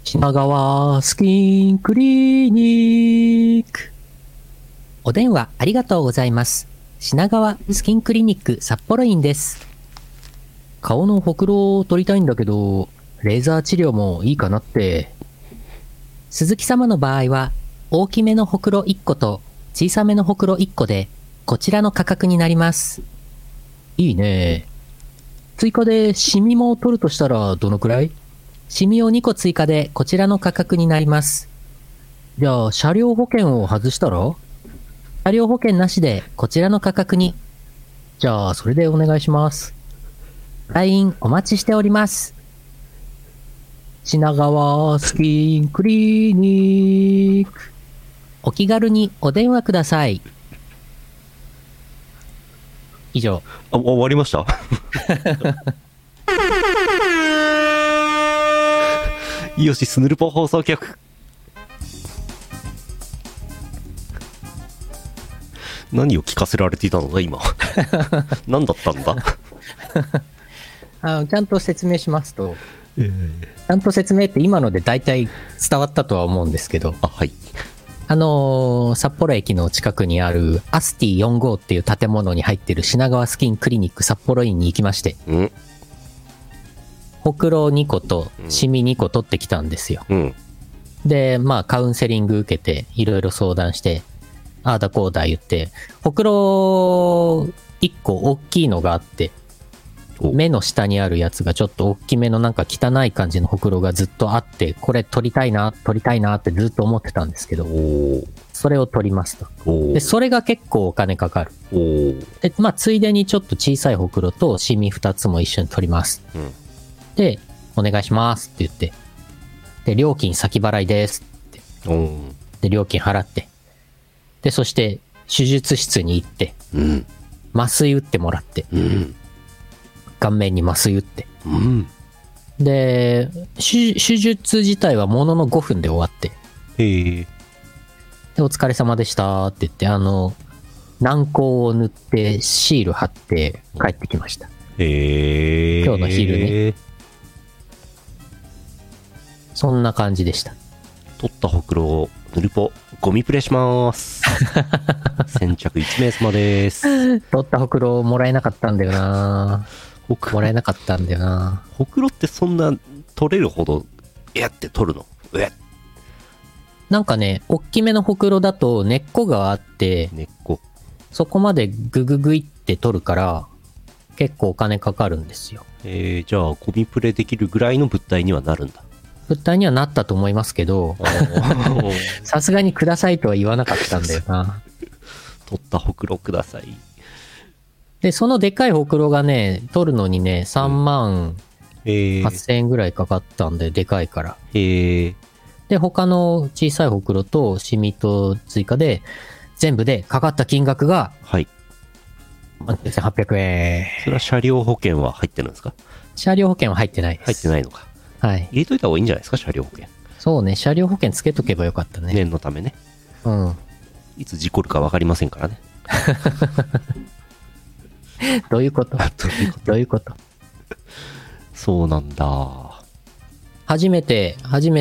品川スキンクリニック。お電話ありがとうございます。品川スキンクリニック札幌院です。顔のほくろを取りたいんだけど、レーザー治療もいいかなって。鈴木様の場合は、大きめのほくろ1個と小さめのほくろ1個で、こちらの価格になります。いいね。追加でシミも取るとしたらどのくらい？シミを2個追加でこちらの価格になります。じゃあ、車両保険を外したら？車両保険なしでこちらの価格に。じゃあ、それでお願いします。LINE お待ちしております。品川スキンクリニック。お気軽にお電話ください。以上。 終わりましたイオシスヌルポ放送局。何を聞かせられていたのだ今何だったんだちゃんと説明しますと、ちゃんと説明って今ので大体伝わったとは思うんですけど、 はい。 札幌駅の近くにあるアスティ45っていう建物に入ってる品川スキンクリニック札幌院に行きまして、ほくろ2個とシミ2個取ってきたんですよ。で、まあカウンセリング受けていろいろ相談して、ああだこうだ言って、ほくろ1個大きいのがあって、目の下にあるやつがちょっと大きめのなんか汚い感じのほくろがずっとあって、これ取りたいなってずっと思ってたんですけど、それを取りますと。で、それが結構お金かかる。で、まあついでにちょっと小さいほくろとシミ2つも一緒に取ります。で、お願いしますって言って、で、料金先払いですって。で、料金払って。で、そして、手術室に行って、麻酔打ってもらって、顔面に麻酔打って、で、手術自体はものの5分で終わって、で、お疲れ様でしたって言って、軟膏を塗ってシール貼って帰ってきました。今日の昼ね。そんな感じでした。 取ったほくろをヌルポゴミプレします先着1名様です。 取ったほくろもらえなかったんだよな。もらえなかったんだよな。 ほくろってそんな取れるほどって取るの？ なんかね、大きめのほくろだと根っこがあって、そこまでグググイって取るから結構お金かかるんですよ。 じゃあゴミプレできるぐらいの物体にはなるんだ。 物体にはなったと思いますけど、さすがにくださいとは言わなかったんだよな。 取ったほくろください。 で、そのでかいほくろがね、取るのにね、3万8000円ぐらいかかったんで、でかいから。で、他の小さいほくろとシミと追加で、全部でかかった金額が、1800円。 それは車両保険は入ってるんですか？ 車両保険は入ってないです。 入ってないのか。 はい。 入れといた方がいいんじゃないですか、車両保険。 そうね、車両保険つけとけばよかったね。 念のためね。いつ事故るか分かりませんからね。 どういうこと？どういうこと？ そうなんだ。 初めて、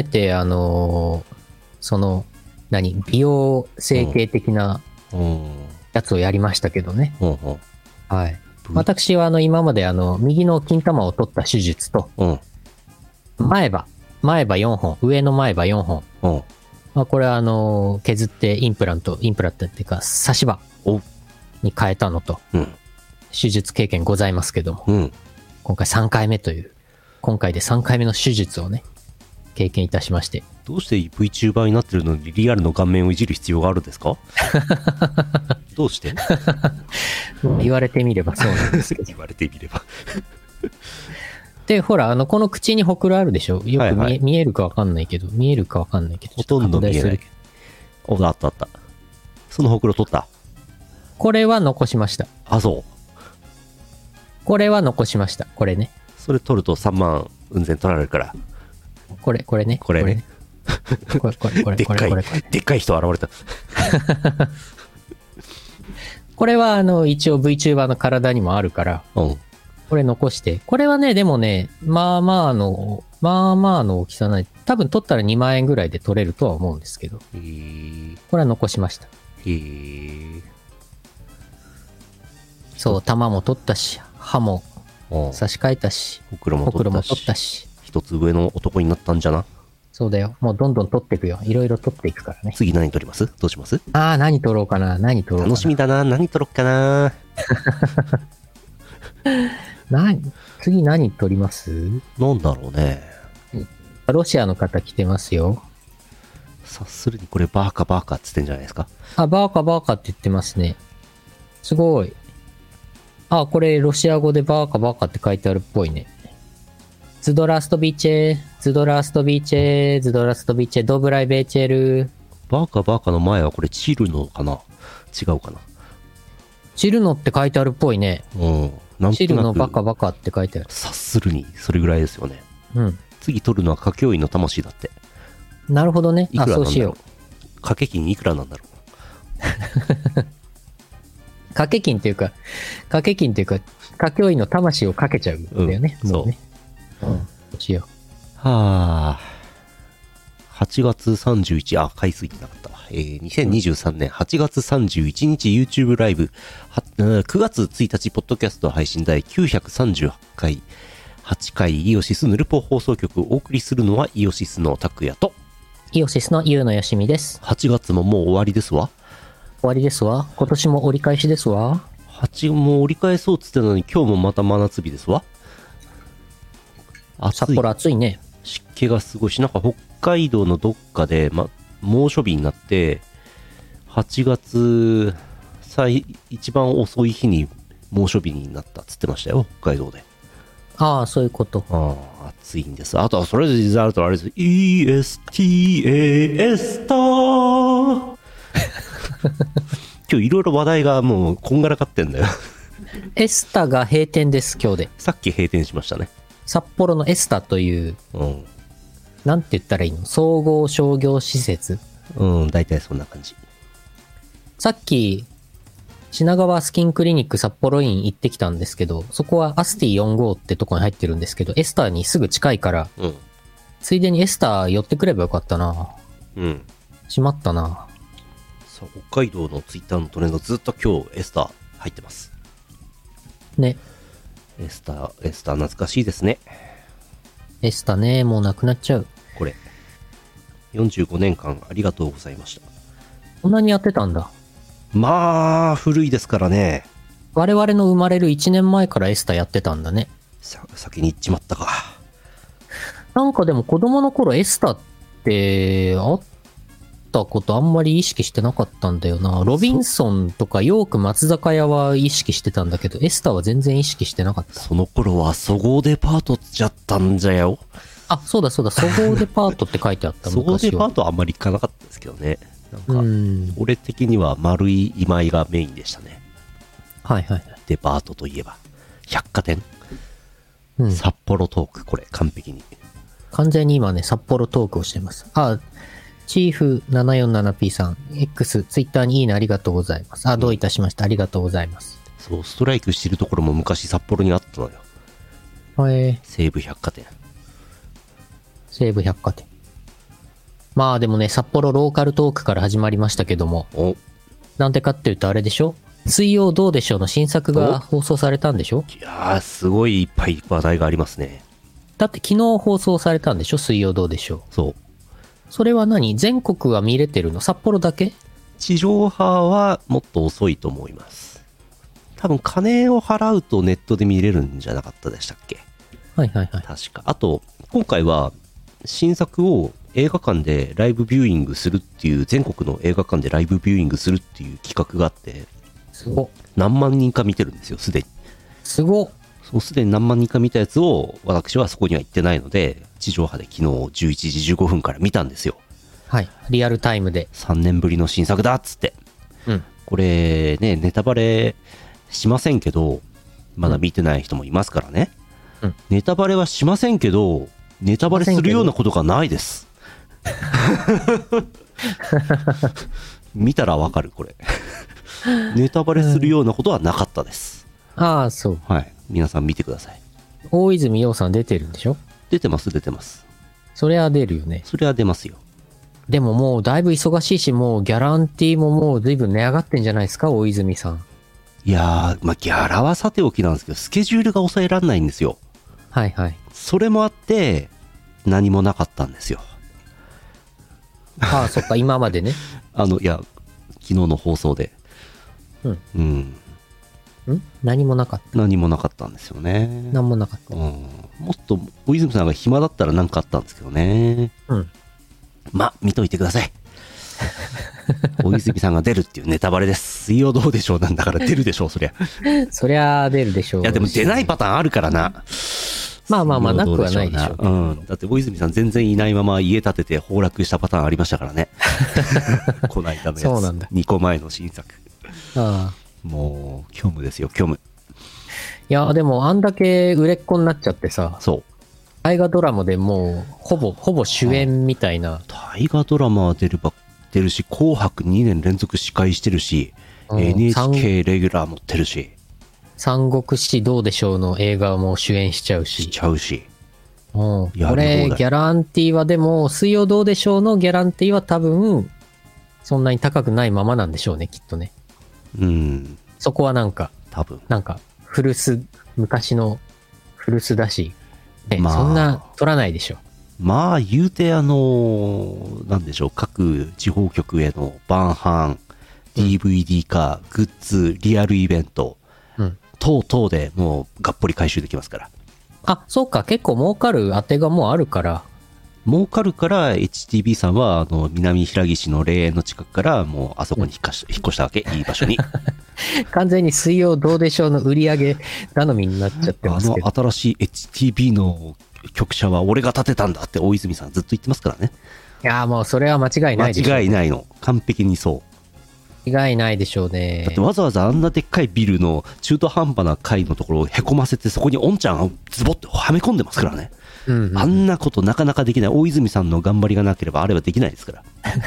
美容整形的なやつをやりましたけどね。はい。私は今まで右の金玉を取った手術と、前歯4本、上の前歯4本。まあ、これは削ってインプラントっていうか、差し歯に変えたのと、手術経験ございますけども、今回3回目という、今回で3回目の手術をね、経験いたしまして。 どうして VTuber になってるのにリアルの顔面をいじる必要があるんですか？どうして言われてみればそうなんですけど。 言われてみれば。 で、ほら、この口にほくろあるでしょ？よく見えるかわかんないけど、 ほとんど見えない。あったあった。そのほくろ取った？ これは残しました。 あ、そう。 これは残しました。これね。 それ取ると3万うん千取られるから。 これね。 これね。 これ。でっかい人現れた。 これは一応 VTuber の体にもあるから、これ残して。これはね、でもね、まあまあまあの大きさない。多分取ったら2万円ぐらいで取れるとは思うんですけど。 へー。 これは残しました。 へー。 そう、玉も取ったし、刃も差し替えたし、 ほくろもほくろも取ったし。 取ったし。 一つ上の男になったんじゃな。 そうだよ。もうどんどん取っていくよ。いろいろ取っていくからね。 次何取ります？どうします？ ああ、何取ろうかな。何取ろうかな。 楽しみだな。何取ろっかな。 次何取ります？ なんだろうね。 ロシアの方来てますよ。 察するにこれバーカバーカって言ってんじゃないですか。 あ、バーカバーカって言ってますね。すごい。あ、これロシア語でバーカバーカって書いてあるっぽいね。ズドラストビチェ、ズドラストビチェ、ズドラストビチェ、ドブライベチェル。 バーカバーカの前はこれチルノかな？違うかな？ チルノって書いてあるっぽいね。 うん。なんとチルなくノバカバカって書いてある。 察するにそれぐらいですよね。 うん。 次取るのは歌教員の魂だって。 なるほどね。 いくらあ、そうしよう。 掛け金いくらなんだろう。 掛け金っていうか、歌教員の魂をかけちゃうんだよね。 うん、 もうね。そう。うん。そうしよはあ。8月31、あ、回数いってなかったわ。2023年8月31日 YouTube ライブ、9月1日ポッドキャスト配信第938回、8回イオシスヌルポ放送局をお送りするのはイオシスの拓也と、 う。イオシスのユウのよしみです。 8月ももう終わりですわ。 終わりですわ。今年も折り返しですわ。 もう折り返そうっつってたのに今日もまた真夏日ですわ。暑い。 札幌暑いね。 湿気がすごいし、なんか北海道のどっかで、猛暑日になって、8月一番遅い日に猛暑日になったっつってましたよ、北海道で。 ああ、そういうこと。 ああ、暑いんです。あとはそれでリザルトあれです。ESTA エスター今日いろいろ話題がもうこんがらかってんだよ。 エスタが閉店です、今日で。 さっき閉店しましたね。 札幌のエスタという、 うん。 なんて言ったらいいの？総合商業施設。 うん、大体そんな感じ。 さっき、品川スキンクリニック札幌院行ってきたんですけど、そこはアスティ45ってとこに入ってるんですけど、エスタにすぐ近いから、 うん。 ついでにエスタ寄ってくればよかったな。 うん。 しまったな。 さあ、北海道のツイッターのトレンドずっと今日エスタ入ってます。 ね。 エスタ懐かしいですね。 エスタね、もうなくなっちゃう。 これ。45年間ありがとうございました。 こんなにやってたんだ。 まあ、古いですからね。 我々の生まれる1年前からエスタやってたんだね。 先に行っちまったか。 なんかでも子供の頃エスタってあったことあんまり意識してなかったんだよな。ロビンソンとかヨーク松坂屋は意識してたんだけど、エスタは全然意識してなかった。 その頃はそごうデパートっちゃったんじゃよ。 あ、そうだそうだ、そごうデパートって書いてあった。 そごうデパートトはあんまり行かなかったですけどね。なんか、俺的には丸い今井がメインでしたね。 はいはいはい。 デパートといえば。百貨店。 うん。 札幌トーク、これ、完璧に。 完全に今ね、札幌トークをしてます。あ、チーフ 747P さん、X、ツイッターにいいねありがとうございます。あ、どういたしました。ありがとうございます。 そう、ストライクしてるところも昔札幌にあったのよ。西武百貨店。 西武百貨店。まあでもね、札幌ローカルトークから始まりましたけども。なんでかっていうとあれでしょ？水曜どうでしょうの新作が放送されたんでしょ？ いやー、すごいいっぱい話題がありますね。 だって昨日放送されたんでしょ？水曜どうでしょう。 そう。 それは何？全国は見れてるの？札幌だけ？ 地上波はもっと遅いと思います。多分金を払うとネットで見れるんじゃなかったでしたっけ？ はいはいはい。 確か。あと、今回は新作を映画館でライブビューイングするっていう、全国の映画館でライブビューイングするっていう企画があって、 すごっ。 何万人か見てるんですよ、すでに。 すごっ。 そう、すでに何万人か見たやつを、私はそこには行ってないので、地上波で昨日11時15分から見たんですよ。 はい。リアルタイムで。 3年ぶりの新作だっつって。 うん。 これね、ネタバレしませんけど、まだ見てない人もいますからね。 うん。 ネタバレはしませんけど、ネタバレするようなことがないです。見たらわかる、これ。ネタバレするようなことはなかったです。 ああ、そう。 はい。皆さん見てください。 大泉洋さん出てるんでしょ？ 出てます、出てます。 それは出るよね。 それは出ますよ。 でももうだいぶ忙しいし、もうギャランティーももう随分値上がってんじゃないですか、大泉さん。 いやー、まあ、ギャラはさておきなんですけど、スケジュールが抑えられないんですよ。 はいはい。 それもあって、何もなかったんですよ。 ああ、そっか、今までね。 いや、昨日の放送で。うん。 何もなかった。 何もなかったんですよね。 何もなかった。 うん。もっと、大泉さんが暇だったら何かあったんですけどね。 うん。 ま、見といてください。大泉さんが出るっていうネタバレです。水曜どうでしょうなんだから出るでしょう、そりゃ。 そりゃ出るでしょう。 いや、でも出ないパターンあるからな。 まあまあまあ、なくはないでしょう。 うん。だって大泉さん全然いないまま家建てて崩落したパターンありましたからね。こないだのやつ。 そうなんだ。 2個前の新作。 ああ。 もう、虚無ですよ、虚無。 いや、でもあんだけ売れっ子になっちゃってさ。 そう。 大河ドラマでもう、ほぼ主演みたいな。 大河ドラマは出るし、紅白2年連続司会してるし、NHK レギュラー持ってるし。 三国志どうでしょうの映画も主演しちゃうし。これ、ギャランティーはでも、水曜どうでしょうのギャランティーは多分、そんなに高くないままなんでしょうね、きっとね。 うん。 そこはなんか、 多分。 なんか、昔の古巣だし、ね、まあ、そんな取らないでしょ。 まあ、言うてなんでしょう、各地方局への晩飯、DVD 化、グッズ、リアルイベント、等々でもうがっぽり回収できますから。 あ、そうか、結構儲かる当てがもうあるから。 儲かるから HTB さんは南平岸の霊園の近くからもうあそこに引っ越したわけ、いい場所に。 完全に水曜どうでしょうの売り上げ頼みになっちゃってますけど。 新しい HTB の局舎は俺が建てたんだって大泉さんずっと言ってますからね。 いやーもうそれは間違いないでしょ。 間違いないの。完璧にそう。 間違いないでしょうね。 だってわざわざあんなでっかいビルの中途半端な階のところをへこませてそこにオンちゃんをズボッとはめ込んでますからね。あんなことなかなかできない。大泉さんの頑張りがなければあれはできないですから。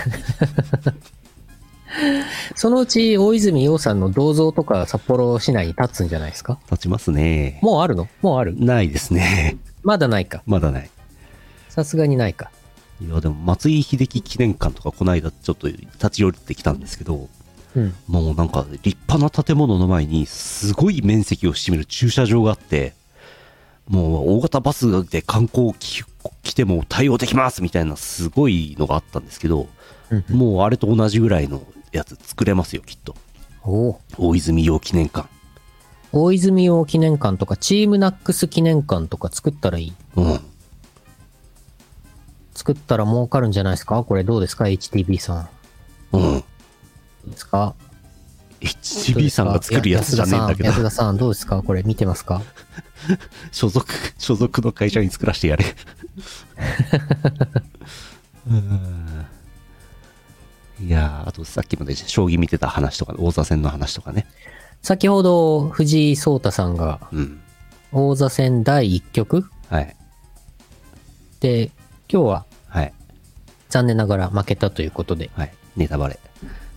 そのうち大泉洋さんの銅像とか札幌市内に立つんじゃないですか？ 立ちますね。 もうあるの？もうある？ ないですね。 まだないか。 まだない。 さすがにないか。 いやでも松井秀喜記念館とかこの間ちょっと立ち寄ってきたんですけど、もうなんか立派な建物の前にすごい面積を占める駐車場があって、もう大型バスで観光来ても対応できますみたいなすごいのがあったんですけど、もうあれと同じぐらいのやつ作れますよきっと。大泉洋記念館。 大泉洋記念館とかチームナックス記念館とか作ったらいい。作ったら儲かるんじゃないですか？これどうですか HTB さん。どうですか？ HTB さんが作るやつじゃねえんだけど。 安田さんどうですか？これ見てますか？ 所属の会社に作らせてやれ。いやー、あとさっきまで将棋見てた話とか、王座戦の話とかね。 先ほど藤井聡太さんが、王座戦第1局、で、今日は、残念ながら負けたということで。 ネタバレ。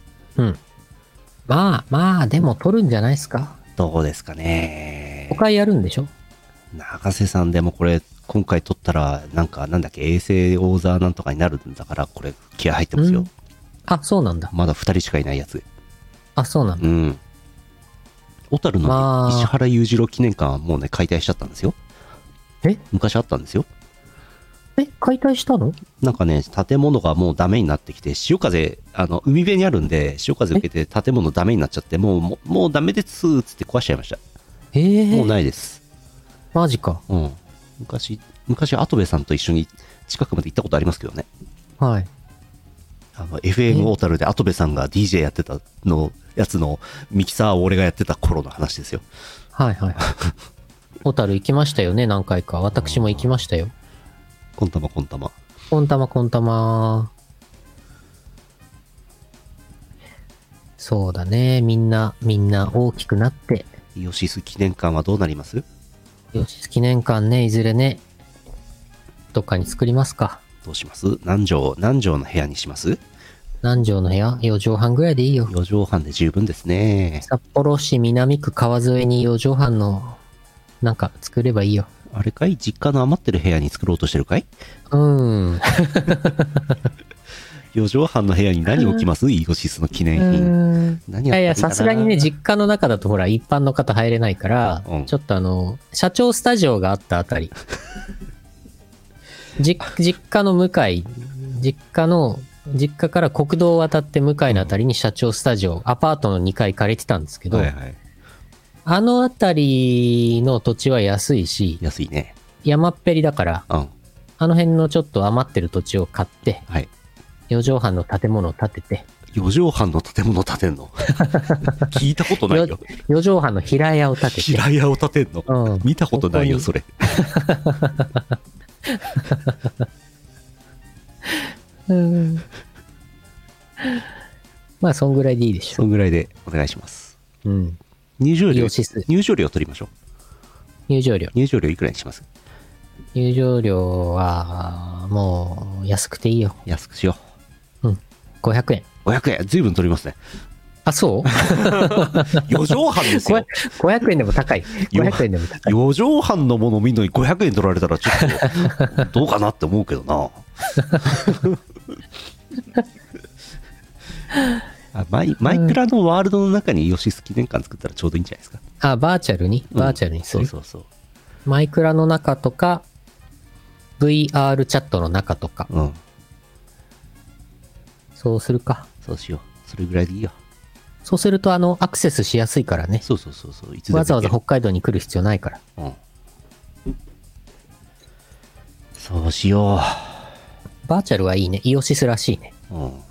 まあ、でも取るんじゃないですか？ どうですかね。 他やるんでしょ？ 永瀬さんでもこれ、今回取ったら、なんだっけ、永世王座なんとかになるんだから、これ、気合入ってますよ。あ、 そうなんだ。 まだ2人しかいないやつ。 あ、そうなんだ。 小樽の石原裕次郎記念館はもうね、解体しちゃったんですよ。昔あったんですよ。 解体したの？ なんかね、建物がもうダメになってきて、潮風、海辺にあるんで、潮風受けて建物ダメになっちゃって、もうダメですーっつって壊しちゃいました。もうないです。 マジか。 昔、跡部さんと一緒に近くまで行ったことありますけどね。 はい。 FM 小樽で跡部さんが DJ やってたやつのミキサーを俺がやってた頃の話ですよ。 はいはい。小樽行きましたよね、何回か。私も行きましたよ。 コンタマ。 そうだね。みんな大きくなって。 イオシス記念館はどうなります？ イオシス記念館ね、いずれね、どっかに作りますか。 どうします？何畳の部屋にします？ 何畳の部屋？ 4 畳半ぐらいでいいよ。 4畳半で十分ですね。 札幌市南区川沿いに4畳半の、なんか作ればいいよ。 あれかい、実家の余ってる部屋に作ろうとしてるかい？4畳半の部屋に何置きます？イオシスの記念品。何いやいや、さすがにね、実家の中だとほら、一般の方入れないから、ちょっと社長スタジオがあったあたり。実家の向かい、実家から国道を渡って向かいのあたりに社長スタジオ、アパートの2階借りてたんですけど、はいはい、あのあたりの土地は安いし、 安いね。 山っぺりだから、あの辺のちょっと余ってる土地を買って、はい、4畳半の建物を建てて。 4畳半の建物建てんの？聞いたことないよ。 4畳半の平屋を建てて。 平屋を建てんの？見たことないよ、それ。まあ、そんぐらいでいいでしょ。 そんぐらいでお願いします。 うん。 入場料取りましょう。入場料いくらにします？ 入場料は、もう、安くていいよ。 安くしよう。うん。500円。 500円。随分取りますね。 あ、そう ?4 畳半ですよ。 500円でも高い。500円でも高い。 4畳半のもの見るのに500円取られたらちょっと、どうかなって思うけどな。マイクラのワールドの中にイオシス記念館作ったらちょうどいいんじゃないですか。 あ、バーチャルにする。 そう。 マイクラの中とか、VR チャットの中とか。そうするか。 そうしよう。それぐらいでいいよ。 そうすると、アクセスしやすいからね。 そう。 わざわざ北海道に来る必要ないから。 そうしよう。 バーチャルはいいね。イオシスらしいね。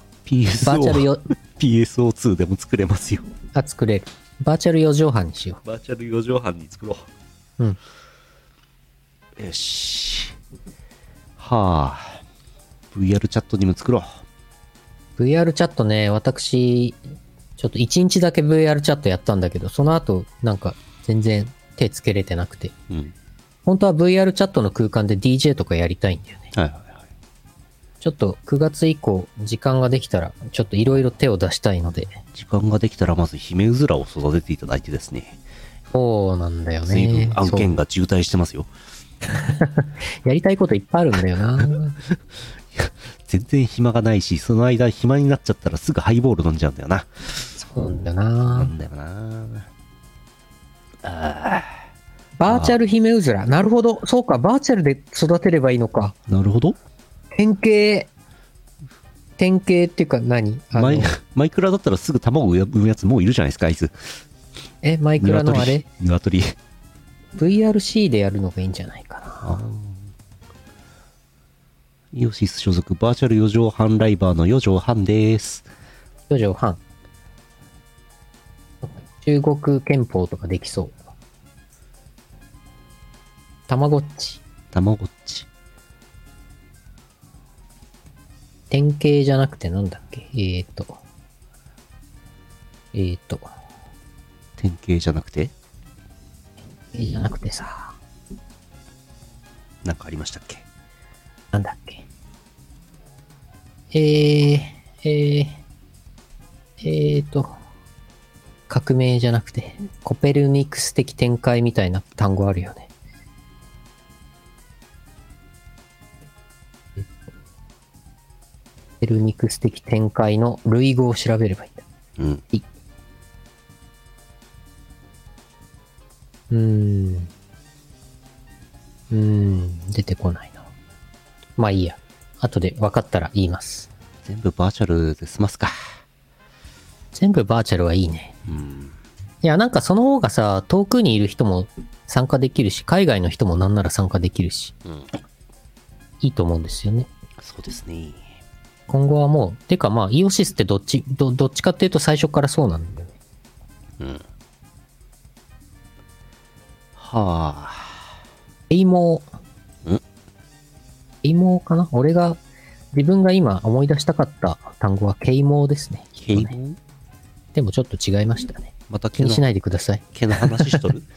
PSO2 でも作れますよ。 あ、作れる。バーチャル4畳半にしよう。バーチャル4畳半に作ろう。うん。 よし。はあ。VR チャットにも作ろう。VR チャットね、私、ちょっと1日だけ VR チャットやったんだけど、その後、なんか全然手つけれてなくて。本当は VR チャットの空間で DJ とかやりたいんだよね。 はい。 ちょっと9月以降、時間ができたら、ちょっといろいろ手を出したいので。 時間ができたらまずヒメウズラを育てていただいてですね。 そうなんだよね。 随分案件が渋滞してますよ。 やりたいこといっぱいあるんだよな。 全然暇がないし、その間暇になっちゃったらすぐハイボール飲んじゃうんだよな。 そうなんだよな。バーチャルヒメウズラ。なるほど。そうか、バーチャルで育てればいいのか。 なるほど。 典型っていうか何？ マイクラだったらすぐ卵を産むやつもういるじゃないですか、あいつ。 マイクラのあれ？ 鶏。 VRC でやるのがいいんじゃないかな。 イオシス所属バーチャル4畳半ライバーの4畳半です。 4畳半。中国憲法とかできそう。たまごっち。典型じゃなくてなんだっけ？ 典型じゃなくて？ じゃなくてさ。 なんかありましたっけ？ なんだっけ？革命じゃなくて、コペルニクス的展開みたいな単語あるよね。コペルニクス的展開の類語を調べればいいんだ。出てこないな。まあいいや。後で分かったら言います。 全部バーチャルで済ますか。 全部バーチャルはいいね。いや、なんかその方がさ、遠くにいる人も参加できるし、海外の人もなんなら参加できるし、いいと思うんですよね。 そうですね。 今後はもう、てかまあ、イオシスってどっちかっていうと最初からそうなんだよね。 はあ。 啓蒙かな？自分が今思い出したかった単語は啓蒙ですね。 啓蒙？ でもちょっと違いましたね。 また気にしないでください。 毛の話しとる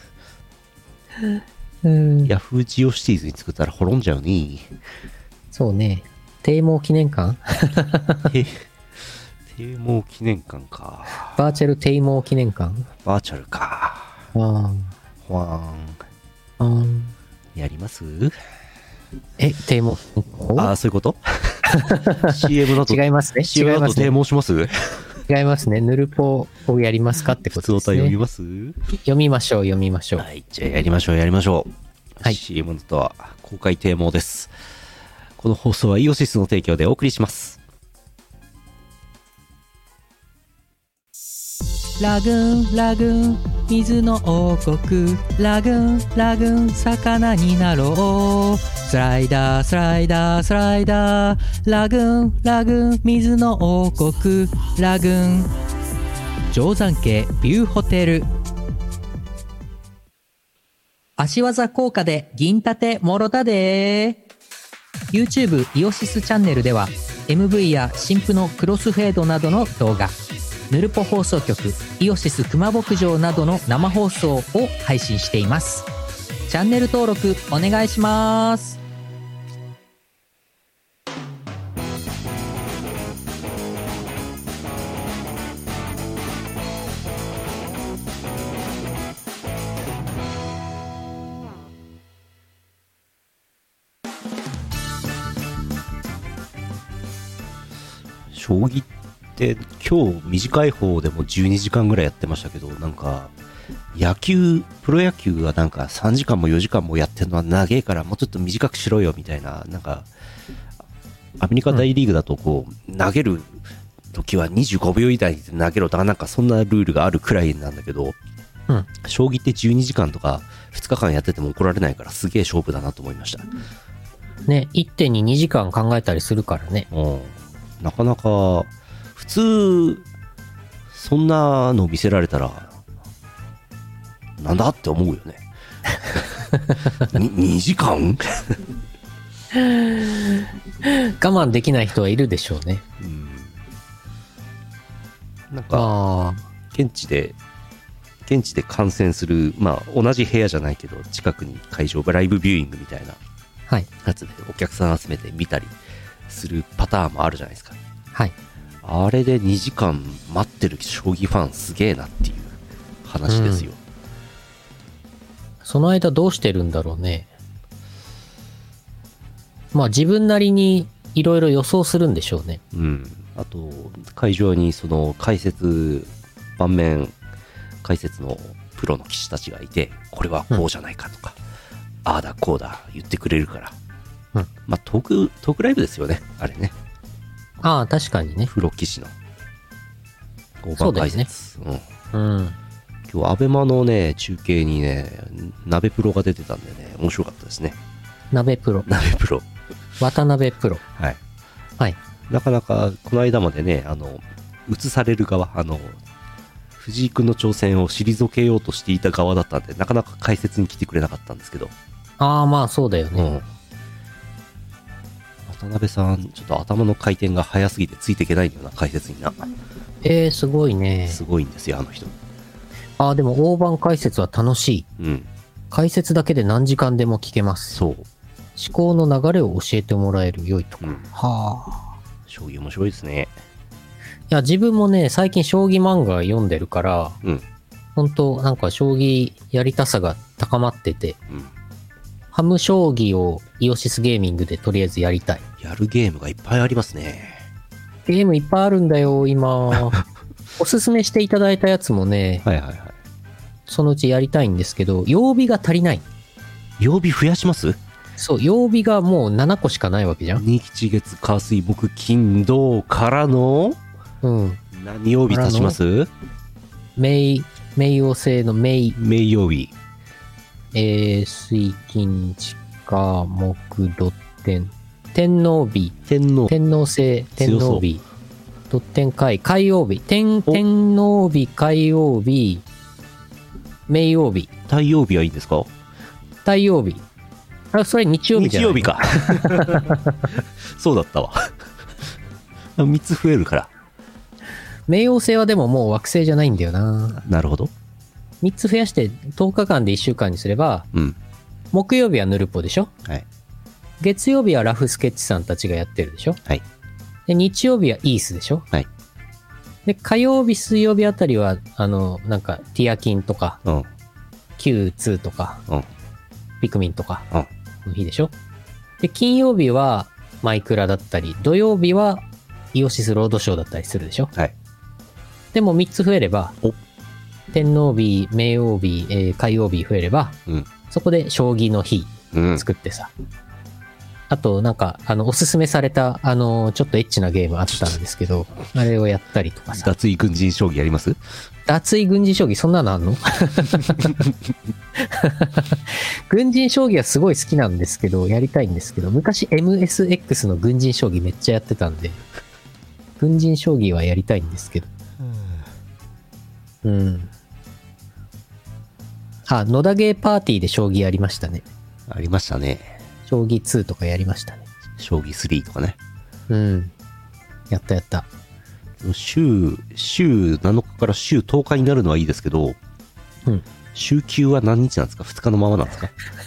ヤフージオシティーズに作ったら滅んじゃうね。 そうね。啓蒙記念館啓蒙記念館か。 バーチャル啓蒙記念館。 バーチャルか。 ほわーん。 やります？ 低毛ああ、そういうこと?CM の後、 違いますね。 CM の後低毛します？ 違いますね。ヌルポをやりますかってことですね。 普通歌読みます？ 読みましょう。 はい、じゃあやりましょう。 はい。 CM の後は公開低毛です。この放送はイオシスの提供でお送りします。 ラグーンラグーン水の王国、ラグーン魚になろう、スライダー、ラグーン水の王国、ラグーン定山渓ビューホテル。足技効果で銀盾もろたで。 YouTube イオシスチャンネルでは MV や新婦のクロスフェードなどの動画、ヌルポ放送局イオシス熊牧場などの生放送を配信しています。チャンネル登録お願いします。 将棋って今日短い方でも12時間ぐらいやってましたけど、なんかプロ野球はなんか3時間も4時間もやってるのは長えからもうちょっと短くしろよみたいな、なんかアメリカ大リーグだとこう、投げる時は25秒以内で投げろとかなんかそんなルールがあるくらいなんだけど、将棋って12時間とか2日間やってても怒られないからすげえ勝負だなと思いましたね。1手に2時間考えたりするからね。 なかなか普通そんなの見せられたらなんだって思うよね2時間我慢できない人はいるでしょうね。 なんか現地で観戦する、まあ同じ部屋じゃないけど近くに会場がライブビューイングみたいなやつでお客さん集めて見たりするパターンもあるじゃないですか。 はい。 あれで2時間待ってる将棋ファンすげえなっていう話ですよ。 その間どうしてるんだろうね。まあ自分なりにいろいろ予想するんでしょうね。 あと会場にその盤面解説のプロの棋士たちがいて、これはこうじゃないかとか、ああだこうだ言ってくれるから、まあトークライブですよね、あれね。 ああ、確かにね。 プロ棋士の大盤解説。今日アベマのね中継にね鍋プロが出てたんでね、面白かったですね。 鍋プロ渡辺プロ。はい。 なかなかこの間までね、映される側、藤井君の挑戦を退けようとしていた側だったんで、なかなか解説に来てくれなかったんですけど。 ああ、まあそうだよね。 渡辺さん、ちょっと頭の回転が速すぎてついていけないんだよな、解説にな。 すごいね。 すごいんですよ、あの人。 ああ、でも大盤解説は楽しい。解説だけで何時間でも聞けます。 そう。 思考の流れを教えてもらえる良いとか。はあ。 将棋面白いですね。 いや、自分もね、最近将棋漫画読んでるから、本当なんか将棋やりたさが高まってて、ハム将棋をイオシスゲーミングでとりあえずやりたい。 やるゲームがいっぱいありますね。 ゲームいっぱいあるんだよ、今。おすすめしていただいたやつもね、そのうちやりたいんですけど、曜日が足りない。 曜日増やします？ そう、曜日がもう7個しかないわけじゃん。 日月火水木金土からの、何曜日足します？ 冥王星の冥曜日。 水金地火木土天王日、天王星、天王日、土天海曜日、天王日、海曜日、冥曜日。 太陽日はいいんですか？ 太陽日。あ、それ日曜日じゃない？ 日曜日か。そうだったわ。3つ増えるから。 冥王星はでももう惑星じゃないんだよな。 なるほど。 3つ増やして10日間で1週間にすれば、木曜日はヌルポでしょ？月曜日はラフスケッチさんたちがやってるでしょ？で、日曜日はイースでしょ？で、火曜日、水曜日あたりは、なんか、ティアキンとか、Q2 とか、 ピクミンとかうん。 の日でしょ。で、金曜日はマイクラだったり、土曜日はイオシスロードショーだったりするでしょ。 はい。 でも3つ増えれば、 お天皇日、冥王日、海曜日増えれば、 うん。 そこで将棋の日うん。 作ってさ。あと、なんか、おすすめされた、ちょっとエッチなゲームあったんですけど、あれをやったりとかさ。 脱衣軍人将棋やります？ 脱衣軍事将棋、そんなのあんの？軍人将棋はすごい好きなんですけど、やりたいんですけど、昔 MSX の軍人将棋めっちゃやってたんで、軍人将棋はやりたいんですけど。うん。あ、野田ゲーパーティーで将棋やりましたね。 ありましたね。 将棋2とかやりましたね。 将棋3とかね。 うん。やったやった。 週7日から週10日になるのはいいですけど、 うん。 週休は何日なんですか？ 2 日のままなんですか？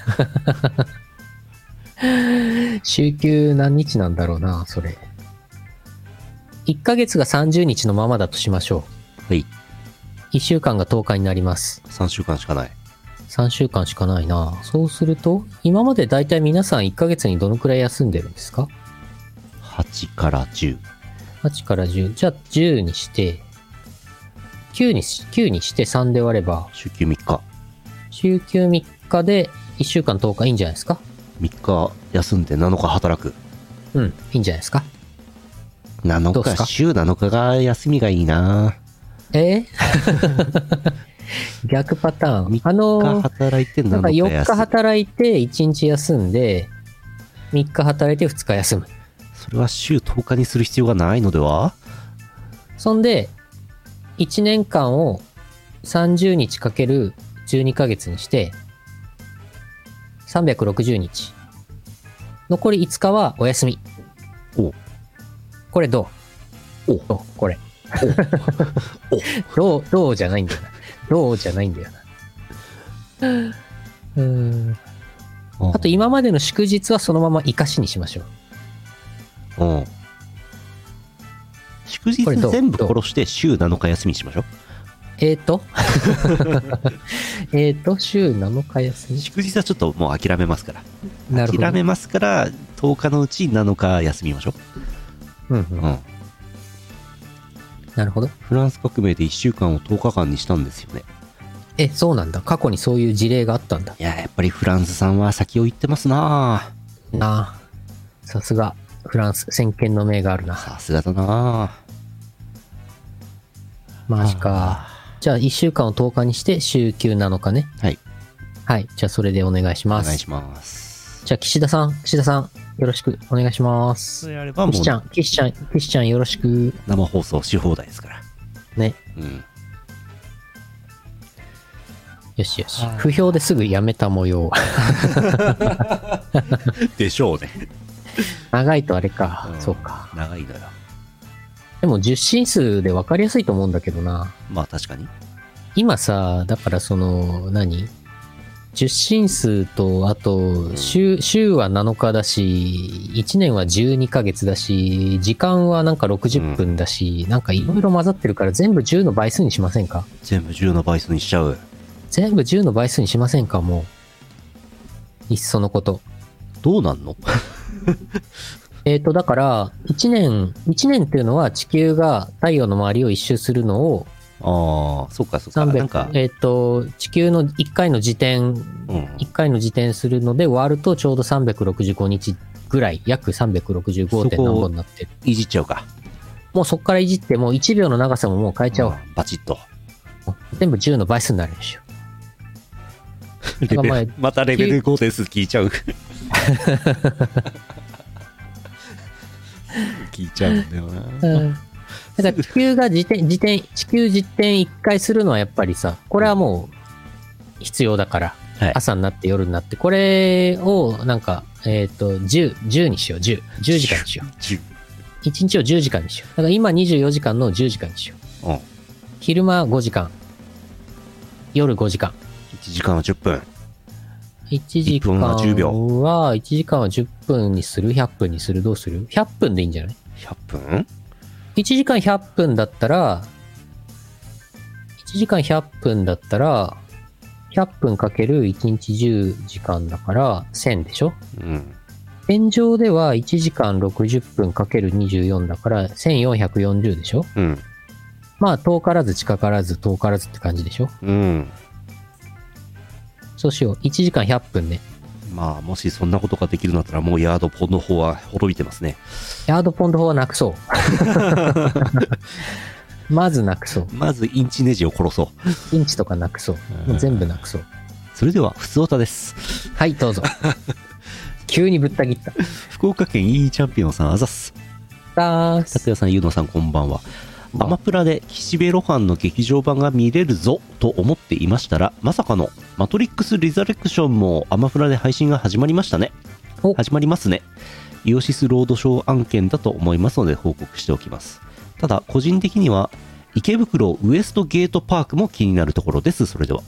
週休何日なんだろうな、それ。1ヶ月が30日のままだとしましょはい。 う。1週間が10日になります。 3週間しかない。 3週間しかないな。そうすると、今までだいたい皆さん1ヶ月にどのくらい休んでるんですか？ 8から10。 8から10。じゃあ10にして、9にして3で割れば、 週休3日。 週休3日で1週間10日いいんじゃないですか？ 3日休んで7日働く。 うん、いいんじゃないですか？どう 7日、 ですか？ 週7日が休みがいいな。 逆パターン。 3日働いて7 なんか日休む。 4日働いて1日休んで、3日働いて2日休む。 それは週10日にする必要がないのでは？ そんで、1年間を30日かける12ヶ月にして、360日。残り5日はお休み。 おこれどう？ おこれ。どうじゃないんだよな。どうじゃないんだよな。あと今までの祝日はそのまま生かしにしましょう。 うん。祝日全部殺して週7日休みにしましょう。 週7日休み。 祝日はちょっともう諦めますから。 なるほど。 諦めますから、10日のうち7日休みましょう。 うん。なるほど。 フランス革命で1週間を10日間にしたんですよね。 そうなんだ。過去にそういう事例があったんだ。 いや、やっぱりフランスさんは先を行ってますなあ。さすが、フランス、先見の明があるな。 さすがだなマジか。じゃあ1週間を10日にして週休7日ね。 はい。 はい。じゃあそれでお願いします。 お願いします。 じゃあ岸田さん、よろしくお願いします。 それあればもう、 岸ちゃんよろしく。 生放送し放題ですから。 ね。 うん。 よしよし。不評ですぐやめた模様。 でしょうね。 長いとあれか。そうか。 長いのよ。 でも10進数で分かりやすいと思うんだけどな。 まあ確かに。 今さ、だからその、10進数と、あと、週は7日だし、1年は12ヶ月だし、時間はなんか60分だし、なんかいろいろ混ざってるから全部10の倍数にしませんか？ 全部10の倍数にしちゃう。 全部10の倍数にしませんか？もう。いっそのこと。 どうなんの？ だから、1年っていうのは地球が太陽の周りを一周するのを、 ああ、そっかそっか。なんか、 地球の1回の時点するので割るとちょうど365日ぐらい、約 365. 点何本になってる。 いじっちゃうか。 もうそこからいじってもう1秒の長さももう変えちゃおう。 バチッと。 全部10の倍数になるでしょ。 またレベル5です聞いちゃう。聞いちゃうんだよな。 だから地球が地点1回するのはやっぱりさ、これはもう必要だから、 はい、 朝になって夜になって、これをなんか、10にしよう、10時間にしよう。1日を10時間にしよう。だから今24時間の10時間にしよう。昼間5時間、夜5時間。 1時間は10分。 1時間は10秒。1時間は10分にする ?100 分にする？どうする？ 100 分でいいんじゃない？ 100 分 ?1 時間100分だったら、1 100分かける1日10時間だから1000でしょ。 うん。 現状では1時間60分かける24だから1440でしょ。 うん。 まあ遠からず近からず遠からずって感じでしょ。 うん。 そうしよう。1時間100分ね。 まあ、もしそんなことができるんだったら、もうヤードポンの方は滅びてますね。 ヤードポンド法はなくそう。まずなくそう。 まずインチネジを殺そう。 インチとかなくそう。もう全部なくそう。 それでは、ふつおたです。 はい、どうぞ。急にぶった切った。 福岡県 E チャンピオンさん、あざっす。拓也さん、ゆうのさん、こんばんは。アマプラで岸辺露伴の劇場版が見れるぞと思っていましたら、まさかのマトリックス・リザレクションもアマプラで配信が始まりましたね。始まりますね。イオシスロードショー案件だと思いますので報告しておきます。ただ個人的には池袋ウエストゲートパークも気になるところです。それでは。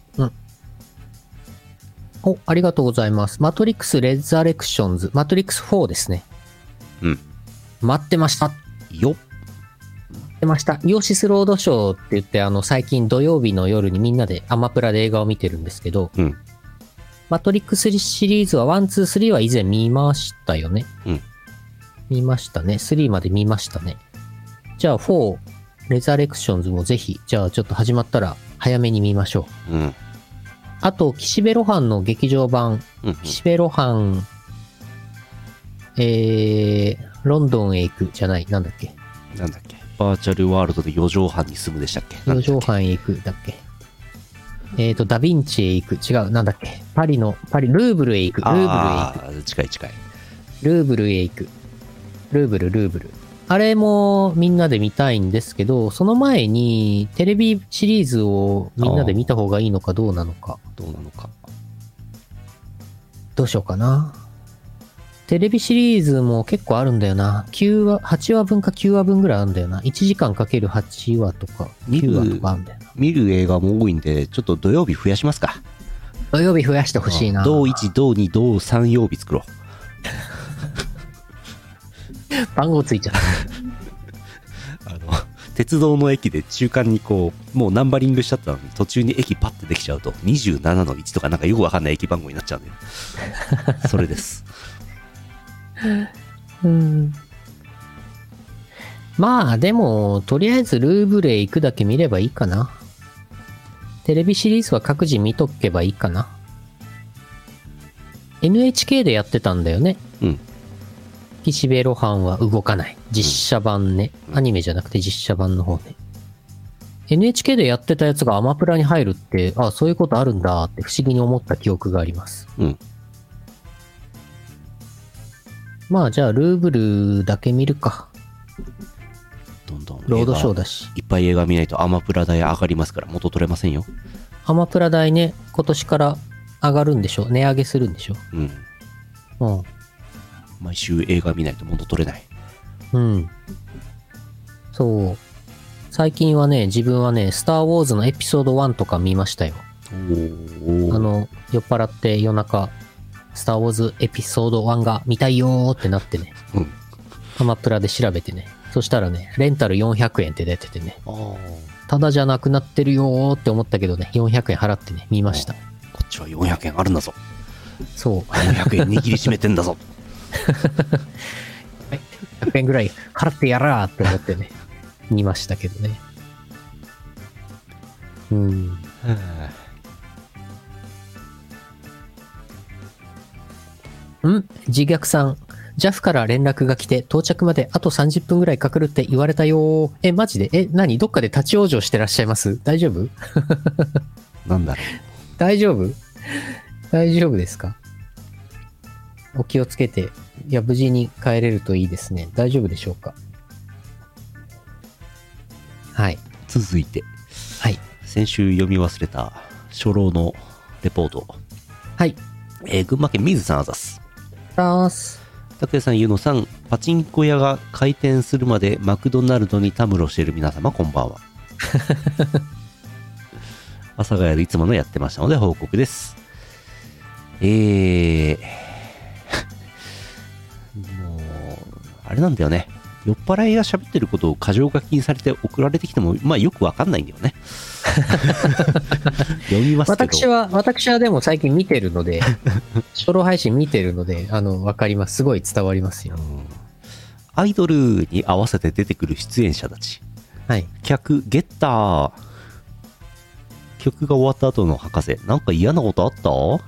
ありがとうございます。マトリックス・レザレクションズ、マトリックス4ですね。待ってました。 よっ。 出ました。イオシスロードショーって言って、最近土曜日の夜にみんなでアマプラで映画を見てるんですけど、マトリックスシリーズは1、2、3は以前見ましたよね。見ましたね。3まで見ましたね。じゃあ4、レザレクションズもぜひ、じゃあちょっと始まったら早めに見ましょう。あと、岸辺露伴の劇場版、岸辺露伴、ロンドンへ行くじゃない、なんだっけ。 バーチャルワールドで4畳半に住むでしたっけ。 4畳半へ行くだっけ。ダヴィンチへ行く。違う、なんだっけ。ルーブルへ行く。ルーブルへ行く。 近い近い。 ルーブルへ行く。ルーブル。あれもみんなで見たいんですけど、その前にテレビシリーズをみんなで見た方がいいのかどうなのか。どうしようかな。テレビシリーズも結構あるんだよな。8話分か9話分ぐらいあるんだよな。1時間かける8話とか9話とかあるんだよな。 見る映画も多いんで、ちょっと土曜日増やしますか。 土曜日増やしてほしいな。 土1、土2、土3曜日作ろう。 番号ついちゃった。 鉄道の駅で中間にこう、もうナンバリングしちゃったのに、途中に駅パッてできちゃうと、27の1とかなんかよくわかんない駅番号になっちゃうんだよ。それです。 まあでもとりあえずルーブルへ行くだけ見ればいいかな。テレビシリーズは各自見とけばいいかな。 NHK でやってたんだよね。岸辺露伴は動かない実写版ね。アニメじゃなくて実写版の方ね。NHK でやってたやつがアマプラに入るって、あ、そういうことあるんだって不思議に思った記憶があります。まあじゃあルーブルだけ見るか。 どんどんロードショーだし。 いっぱい映画見ないとアマプラ代上がりますから元取れませんよ。 アマプラ代ね、今年から上がるんでしょ。値上げするんでしょ。 毎週映画見ないと元取れない。 そう。最近はね、自分はね、スター・ウォーズのエピソード1とか見ましたよ。酔っ払って夜中、スター・ウォーズエピソード1が見たいよーってなってね。アマプラで調べてね。そしたらね、レンタル400円って出ててね。ただじゃなくなってるよーって思ったけどね、400円払ってね、見ました。 こっちは400円あるんだぞ。 そう。 400円握りしめてんだぞ。 100円ぐらい払ってやらーって思ってね、見ましたけどね。自虐さん。JAF から連絡が来て到着まであと30分ぐらいかかるって言われたよー。マジで？何？どっかで立ち往生してらっしゃいます？大丈夫？ なんだろう。 大丈夫？大丈夫ですか？お気をつけて。いや、無事に帰れるといいですね。大丈夫でしょうか？はい。 続いて。 はい。 先週読み忘れた初老のレポート。 はい。 群馬県水さんあざす。 あーす。 拓也さん、ゆのさん、パチンコ屋が開店するまでマクドナルドにたむろしている皆様、こんばんは。阿佐ヶ谷でいつものやってましたので報告です。もう、あれなんだよね。 酔っ払いが喋ってることを箇条書きにされて送られてきても、まあよくわかんないんだよね。読みますけど。 私はでも最近見てるので、初老配信見てるので、わかります。すごい伝わりますよ。 アイドルに合わせて出てくる出演者たち。 はい。 客、ゲッター。曲が終わった後の博士、なんか嫌なことあった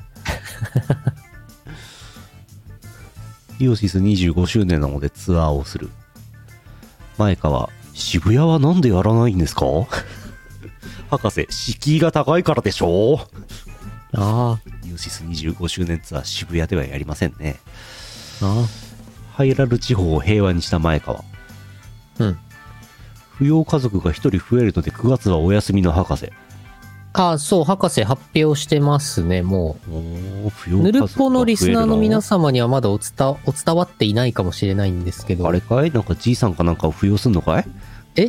イオシス25周年なのでツアーをする。前川、渋谷はなんでやらないんですか博士、敷居が高いからでしょああ。 イオシス25周年ツアー渋谷ではやりませんね。 ああ。 ハイラル地方を平和にした前川。 うん。 扶養家族が一人増えるので9月はお休みの博士。 ああ、そう、博士発表してますね、もう。ぬるっぽのリスナーの皆様にはまだお伝わっていないかもしれないんですけど。 あれかい、なんかじいさんかなんかを扶養すんのかい？ え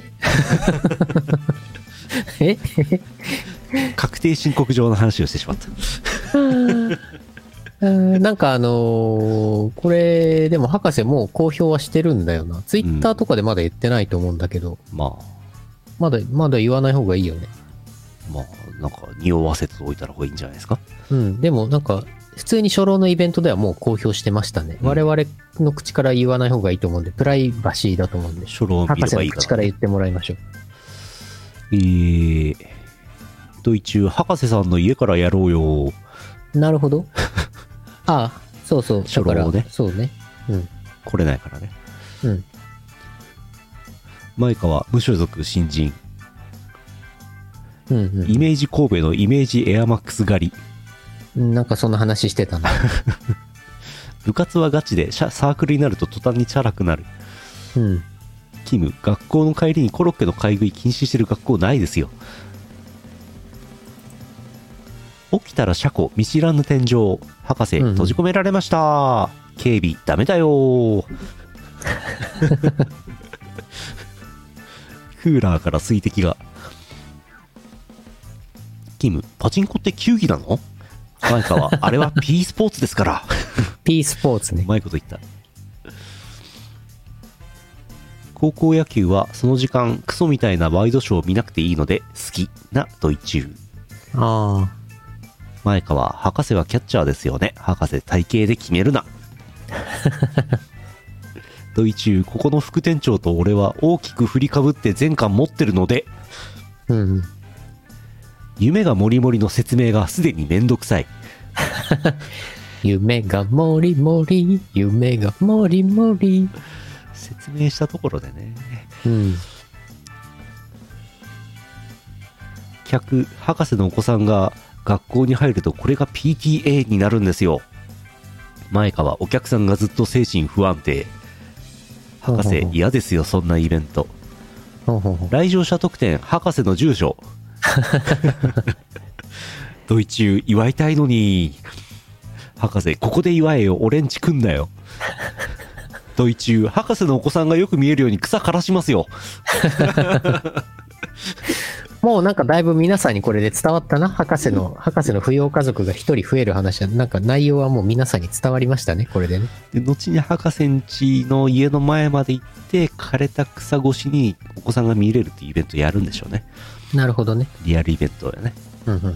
え確定申告上の話をしてしまった。 なんかこれ、でも博士もう公表はしてるんだよな。ツイッターとかでまだ言ってないと思うんだけど。 まあ。 まだ言わない方がいいよね。 まあ、なんか匂わせておいたら方がいいんじゃないですか。 うん、でもなんか、普通に初老のイベントではもう公表してましたね。我々の口から言わない方がいいと思うんで、プライバシーだと思うんで。 初老を見ればいいか博士の口から言ってもらいましょう。 ドイツ博士さんの家からやろうよ。 なるほど。ああ、そうそう。 初老ね。 そうね。うん。 来れないからね。 うん。 前川、無所属新人。 うんうん。 イメージ神戸のイメージエアマックス狩り。なんかそんな話してたな。 部活はガチでサークルになると途端にチャラくなる。 うん。 キム、学校の帰りにコロッケの買い食い禁止してる学校ないですよ。起きたら車庫、見知らぬ天井。博士、閉じ込められました。警備、ダメだよクーラーから水滴が。キム、パチンコって球技なの？前川、あれは P スポーツですから。 P スポーツね。 うまいこと言った。高校野球はその時間クソみたいなワイドショーを見なくていいので好きなドイチュー。 ああ。 前川、博士はキャッチャーですよね。博士、体型で決めるな。ドイチュー、ここの副店長と俺は大きく振りかぶって全巻持ってるので。 うん。 夢がもりもりの説明がすでにめんどくさい。 夢がもりもり、夢がもりもり。 説明したところでね。 うん。 客、博士のお子さんが学校に入るとこれが PTA になるんですよ。前川、お客さんがずっと精神不安定。博士、嫌ですよ、そんなイベント。来場者特典、博士の住所。ドイチュー、祝いたいのに。博士、ここで祝えよ、俺んち来んなよ。ドイチュー、博士のお子さんがよく見えるように草枯らしますよ。もうなんかだいぶ皆さんにこれで伝わったな。博士の扶養家族が一人増える話は、なんか内容はもう皆さんに伝わりましたね、これでね。で、 後に博士ん家の家の前まで行って、枯れた草越しにお子さんが見れるっていうイベントやるんでしょうね。 なるほどね。 リアルイベントやね。 うんうん。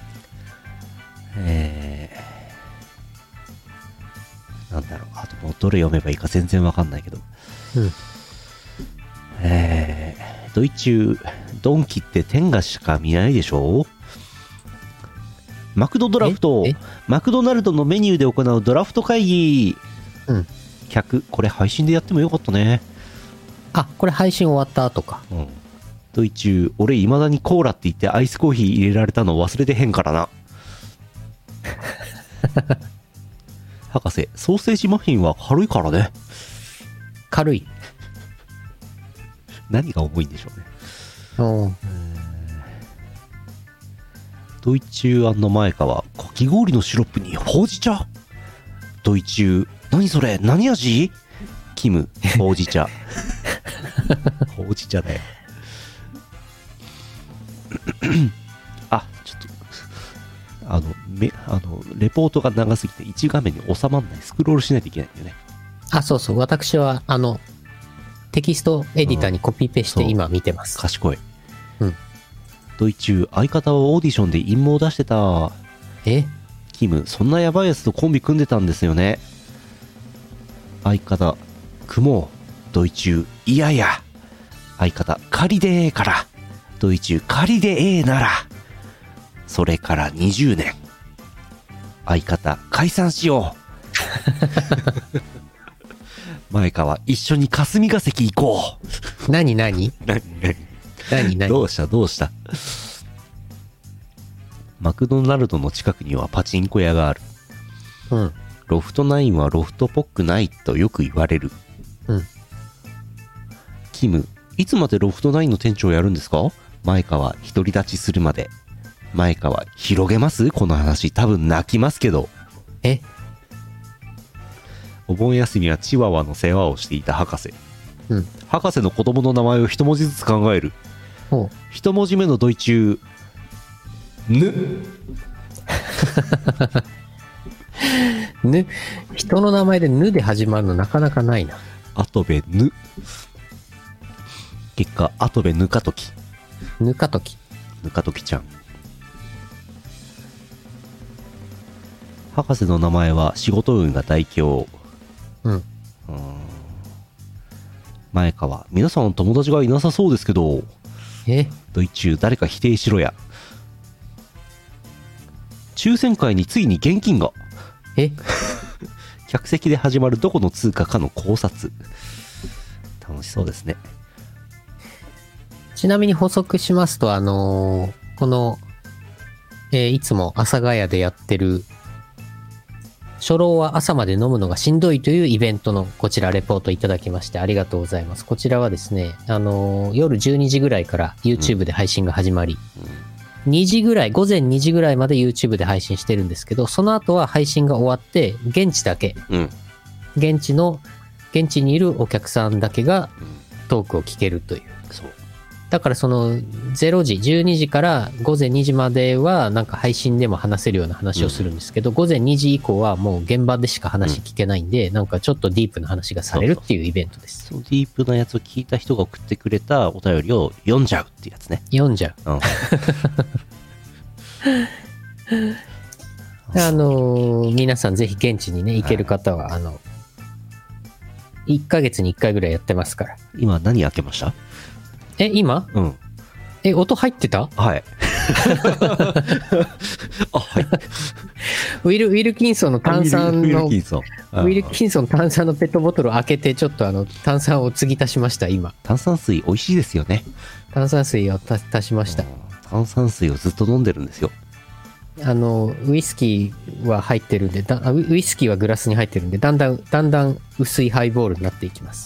なんだろう。あともうどれ読めばいいか全然わかんないけど。 うん。 ドイチュー、ドンキって天下しか見ないでしょ？マクドドラフト、マクドナルドのメニューで行うドラフト会議。 うん。 客、これ配信でやってもよかったね。 あ、これ配信終わった後か。 うん。ドイチュー、俺未だにコーラって言ってアイスコーヒー入れられたの忘れてへんからな。博士、ソーセージマフィンは軽いからね。 軽い。 何が重いんでしょうね。ドイチュー&前川、かき氷のシロップにほうじ茶。ドイチュー、何それ、何味？キム、ほうじ茶。ほうじ茶だよ。あ、ちょっとレポートが長すぎて1画面に収まんない。スクロールしないといけないんだよね。 あ、そうそう。私はテキストエディターにコピペして今見てます。 賢い。 うん。 ドイチュー、相方はオーディションで陰謀を出してた。キム、そんなやばいやつとコンビ組んでたんですよね。相方、組もう。ドイチュー、いやいや。相方、仮でええから。ドイチュー、仮でええなら。それから20年。相方、解散しよう。前川、一緒に霞が関行こう。 何どうしたマクドナルドの近くにはパチンコ屋がある。 うん。 ロフト9はロフトっぽくないとよく言われる。 うん。 キム、いつまでロフト9の店長やるんですか？前川、独り立ちするまで。前川、広げます？この話、多分泣きますけど。お盆休みはチワワの世話をしていた博士。 うん。 博士の子供の名前を一文字ずつ考える。一文字目のドイチュー、 ぬ。人の名前でぬで始まるのなかなかないな。 後部ぬ。結果、後部ぬかとき。 ぬかときちゃん。博士の名前は仕事運が大凶。前川、皆さん友達がいなさそうですけど。ドイチュー、誰か否定しろや。抽選会についに現金が。客席で始まるどこの通貨かの考察。楽しそうですね。 ちなみに補足しますと、この、いつも阿佐ヶ谷でやってる初老は朝まで飲むのがしんどいというイベントのこちらレポートいただきましてありがとうございます。こちらはですね、夜12時ぐらいから YouTube で配信が始まり、2時ぐらい、午前2時ぐらいまで YouTube で配信してるんですけど、その後は配信が終わって、現地だけ、現地にいるお客さんだけがトークを聞けるという。だからその0時、12時から午前2時まではなんか配信でも話せるような話をするんですけど、午前2時以降はもう現場でしか話聞けないんで、なんかちょっとディープな話がされるっていうイベントです。 そのディープなやつを聞いた人が送ってくれたお便りを読んじゃうっていうやつね。 読んじゃう。皆さんぜひ現地にね、行ける方は、1ヶ月に1回ぐらいやってますから。 今何開けました？ 今？音入ってた？ はい。はい。 ウィルキンソンの炭酸の、ウィルキンソン炭酸のペットボトルを開けて、ちょっと炭酸を継ぎ足しました、今。 炭酸水美味しいですよね。 炭酸水を足しました。 炭酸水をずっと飲んでるんですよ。 ウイスキーは入ってるんで、ウイスキーはグラスに入ってるんで、だんだん薄いハイボールになっていきます。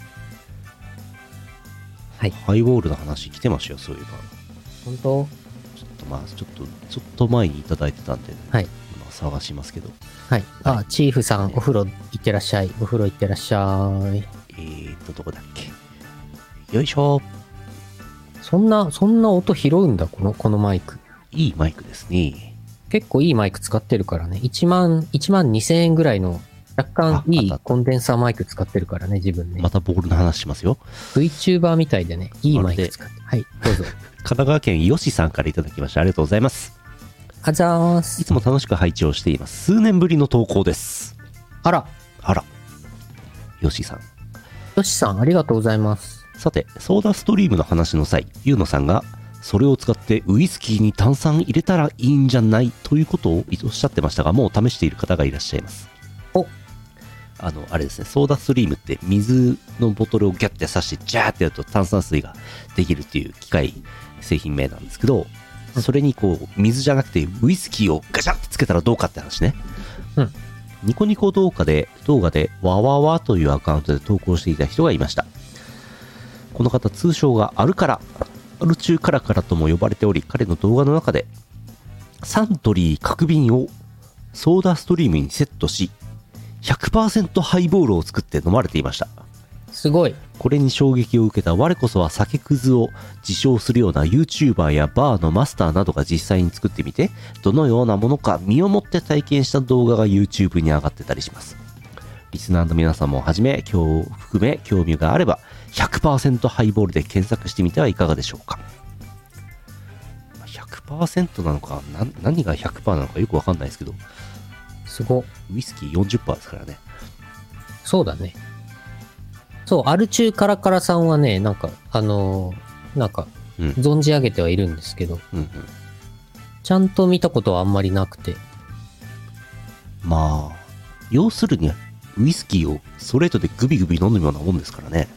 はい。 ハイボールの話来てましたよ、そういえば。 本当？ ちょっと前にいただいてたんで、 はい。 今探しますけど。 はい。チーフさん、お風呂行ってらっしゃい。お風呂行ってらっしゃい。 どこだっけ。よいしょ。 そんな音拾うんだ、このマイク。 いいマイクですね。 結構いいマイク使ってるからね。1万2000円ぐらいの若干いいコンデンサーマイク使ってるからね、自分ね。 またボールの話しますよ。 VTuber みたいでね、いいマイク使って。はい、どうぞ。 神奈川県よしさんからいただきました。ありがとうございます。 あざーす。 いつも楽しく配置をしています。数年ぶりの投稿です。 あら。 よしさん。 よしさん、ありがとうございます。 さて、ソーダストリームの話の際、ゆうのさんが、それを使ってウイスキーに炭酸入れたらいいんじゃないということをおっしゃってましたが、もう試している方がいらっしゃいます。あれですね、ソーダストリームって水のボトルをギャッて刺してジャーってやると炭酸水ができるっていう機械製品名なんですけど、それに水じゃなくてウイスキーをガチャってつけたらどうかって話ね。ニコニコ動画でわわわというアカウントで投稿していた人がいました。この方通称がアル中カラカラとも呼ばれており、彼の動画の中でサントリー角瓶をソーダストリームにセットし100% ハイボールを作って飲まれていました。 すごい。 これに衝撃を受けた我こそは酒くずを自称するような YouTuber やバーのマスターなどが実際に作ってみて、どのようなものか身をもって体験した動画が YouTube に上がってたりします。リスナーの皆さんもはじめ、今日含め興味があれば 100% ハイボールで検索してみてはいかがでしょうか。100% なのか、何が 100% なのかよくわかんないですけど、 すご。 ウイスキー 40% ですからね。 そうだね。そう、アル中カラカラさんはね、なんか、なんか、存じ上げてはいるんですけど、ちゃんと見たことはあんまりなくて。 まあ、要するに、ウイスキーをストレートでグビグビ飲むようなもんですからね。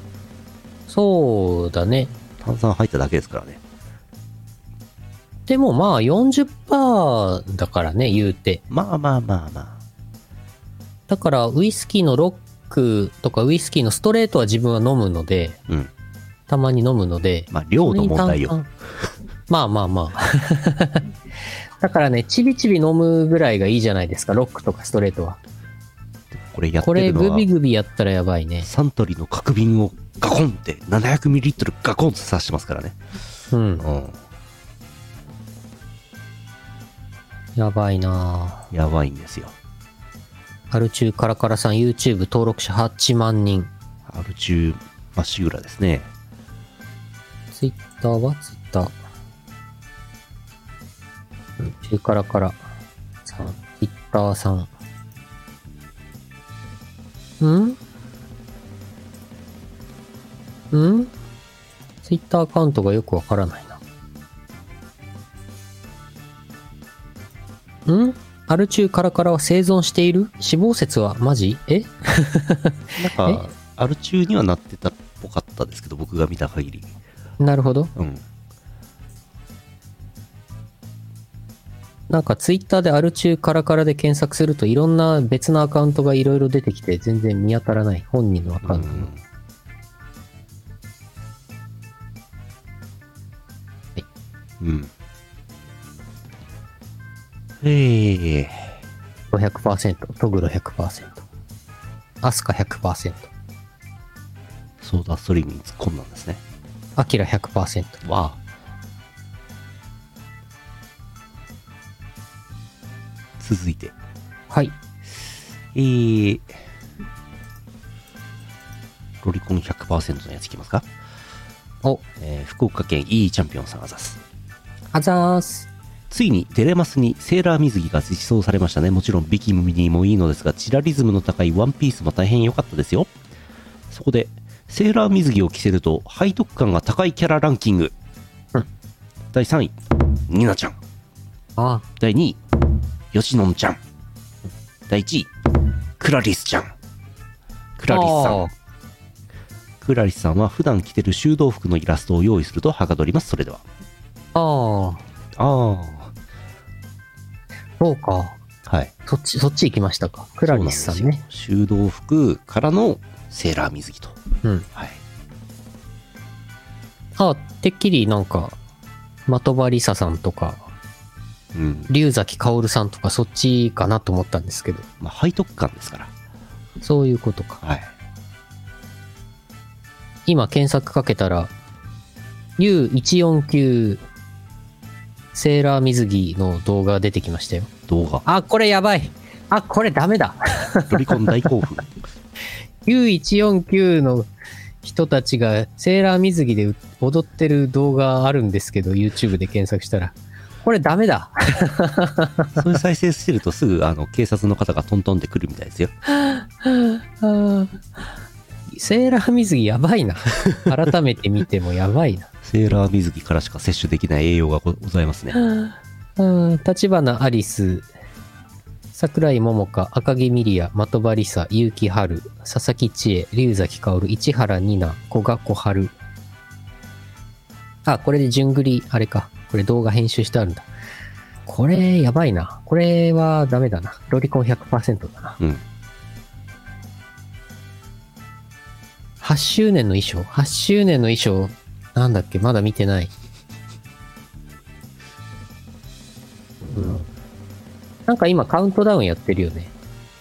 そうだね。 炭酸入っただけですからね。 でもまあ 40% だからね、言うて。 まあ。 だからウイスキーのロックとかウイスキーのストレートは自分は飲むので、たまに飲むので。 まあ量の問題よ。 まあ。だからね、ちびちび飲むぐらいがいいじゃないですか、ロックとかストレートは。 これやってるのはこれグビグビやったらやばいね。 サントリーの角瓶をガコンって 700ml ガコンって刺してますからね。 やばいなぁ。やばいんですよ。 アル中カラカラさん YouTube 登録者8万人。 アル中まっしぐらですね。 Twitter は Twitter。アル中カラカラさん、Twitter さん。Twitter アカウントがよくわからないな。アル中カラカラは生存している？死亡説はマジ？ なんか、アル中にはなってたっぽかったですけど、僕が見た限り。 なるほど。なんかツイッターでアル中カラカラで検索するといろんな別のアカウントがいろいろ出てきて全然見当たらない。本人のアカウントの。500%、トグロ 100%、アスカ 100%、 ソーダストリームに突っ込んだんですね。 アキラ 100%。 わあ。続いて。 はい。 ロリコン 100% のやついきますか。 お、 福岡県 E チャンピオンさんあざす。 あざーす。 ついにテレマスにセーラー水着が実装されましたね。もちろんビキニもいいのですが、チラリズムの高いワンピースも大変良かったですよ。そこでセーラー水着を着せると背徳感が高いキャラランキング、第3位ニナちゃん、第2位ヨシノンちゃん、第1位クラリスちゃん。クラリスさんは普段着てる修道服のイラストを用意するとはかどります。それではそうか。 はい。 そっち行きましたか。クラリスさんね。 修道服からのセーラー水着と。 はい。てっきりなんか、的場りささんとか、龍崎薫さんとかそっちかなと思ったんですけど。 まあ、背徳感ですから。 そういうことか。 はい。 今検索かけたら、U149 セーラー水着の動画出てきましたよ。 動画。 これやばい。これダメだ。 ロリコン大興奮。 U149 の人たちがセーラー水着で踊ってる動画あるんですけど、YouTube で検索したら。これダメだ。 そういう再生してるとすぐ警察の方がトントンってくるみたいですよ。 セーラー水着やばいな。改めて見てもやばいな。 セーラー水着からしか摂取できない栄養がございますね。 立花アリス、桜井桃香、赤木ミリア、的場りさ、結城春、佐々木千恵、龍崎薫、市原二奈、古賀小春。これで順繰り、あれか。これ動画編集してあるんだ。これやばいな。これはダメだな。ロリコン 100% だな。8周年の衣装 ?8 周年の衣装、なんだっけまだ見てない。なんか今カウントダウンやってるよね。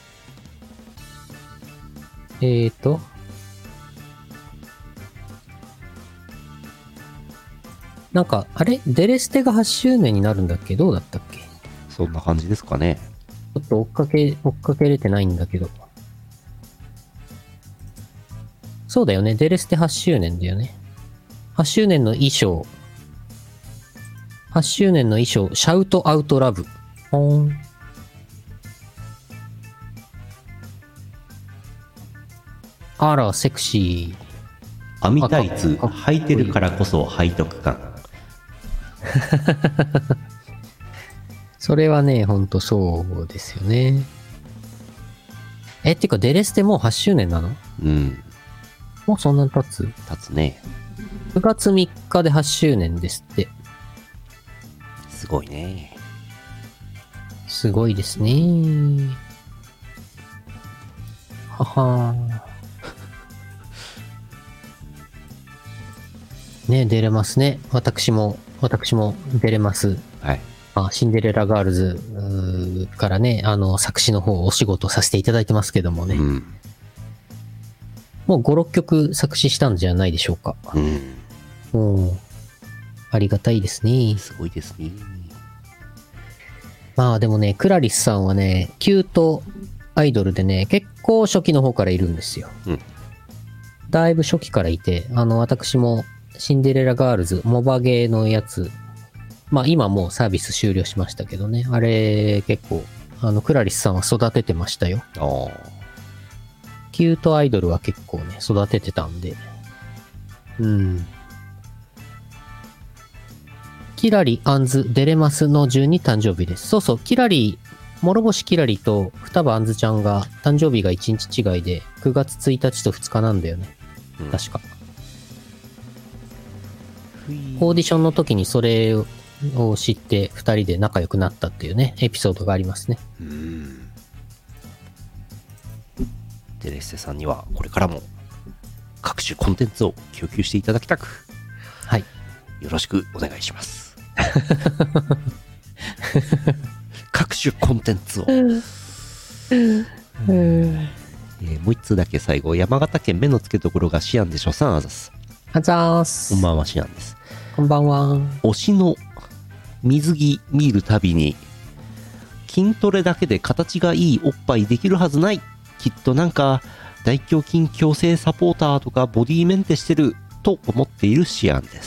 なんか、あれデレステが8周年になるんだっけ？どうだったっけ？ そんな感じですかね。 ちょっと追っかけれてないんだけど。 そうだよね。デレステ8周年だよね。8周年の衣装。8周年の衣装、シャウトアウトラブ。ほーん。あら、セクシー。 網タイツ履いてるからこそ背徳感。 それはね、ほんとそうですよね。てか、デレステもう8周年なの？ うん。 もうそんなに経つ？ 経つね。 9月3日で8周年ですって。 すごいね。 すごいですね。ははー。ね、出れますね。私も出れます。 はい。 シンデレラガールズからね、作詞の方お仕事させていただいてますけどもね。 うん。 もう5、6曲作詞したんじゃないでしょうか。 うん。 もう、ありがたいですね。 すごいですね。 まあでもね、クラリスさんはね、キュートアイドルでね、結構初期の方からいるんですよ。 うん。 だいぶ初期からいて、私もシンデレラガールズ、モバゲーのやつ、まあ今もうサービス終了しましたけどね、あれ結構、クラリスさんは育ててましたよ。 ああ。 キュートアイドルは結構ね、育ててたんで。うん。キラリ、アンズ、デレマスの順に誕生日です。そうそう、キラリ、諸星キラリと双葉アンズちゃんが誕生日が1日違いで、9月1日と2日なんだよね。 うん、 確か。オーディションの時にそれを知って2人で仲良くなったっていうね、エピソードがありますね。 デレッセさんにはこれからも各種コンテンツを供給していただきたく、 はい。 よろしくお願いします。各種コンテンツを。もう一通だけ最後、山形県目の付けどころがシアンでしょさんあざす。 あざーす。 こんばんは、シアンです。 こんばんは。 推しの水着見るたびに、筋トレだけで形がいいおっぱいできるはずない。きっとなんか大胸筋矯正サポーターとかボディメンテしてると思っているシアンです。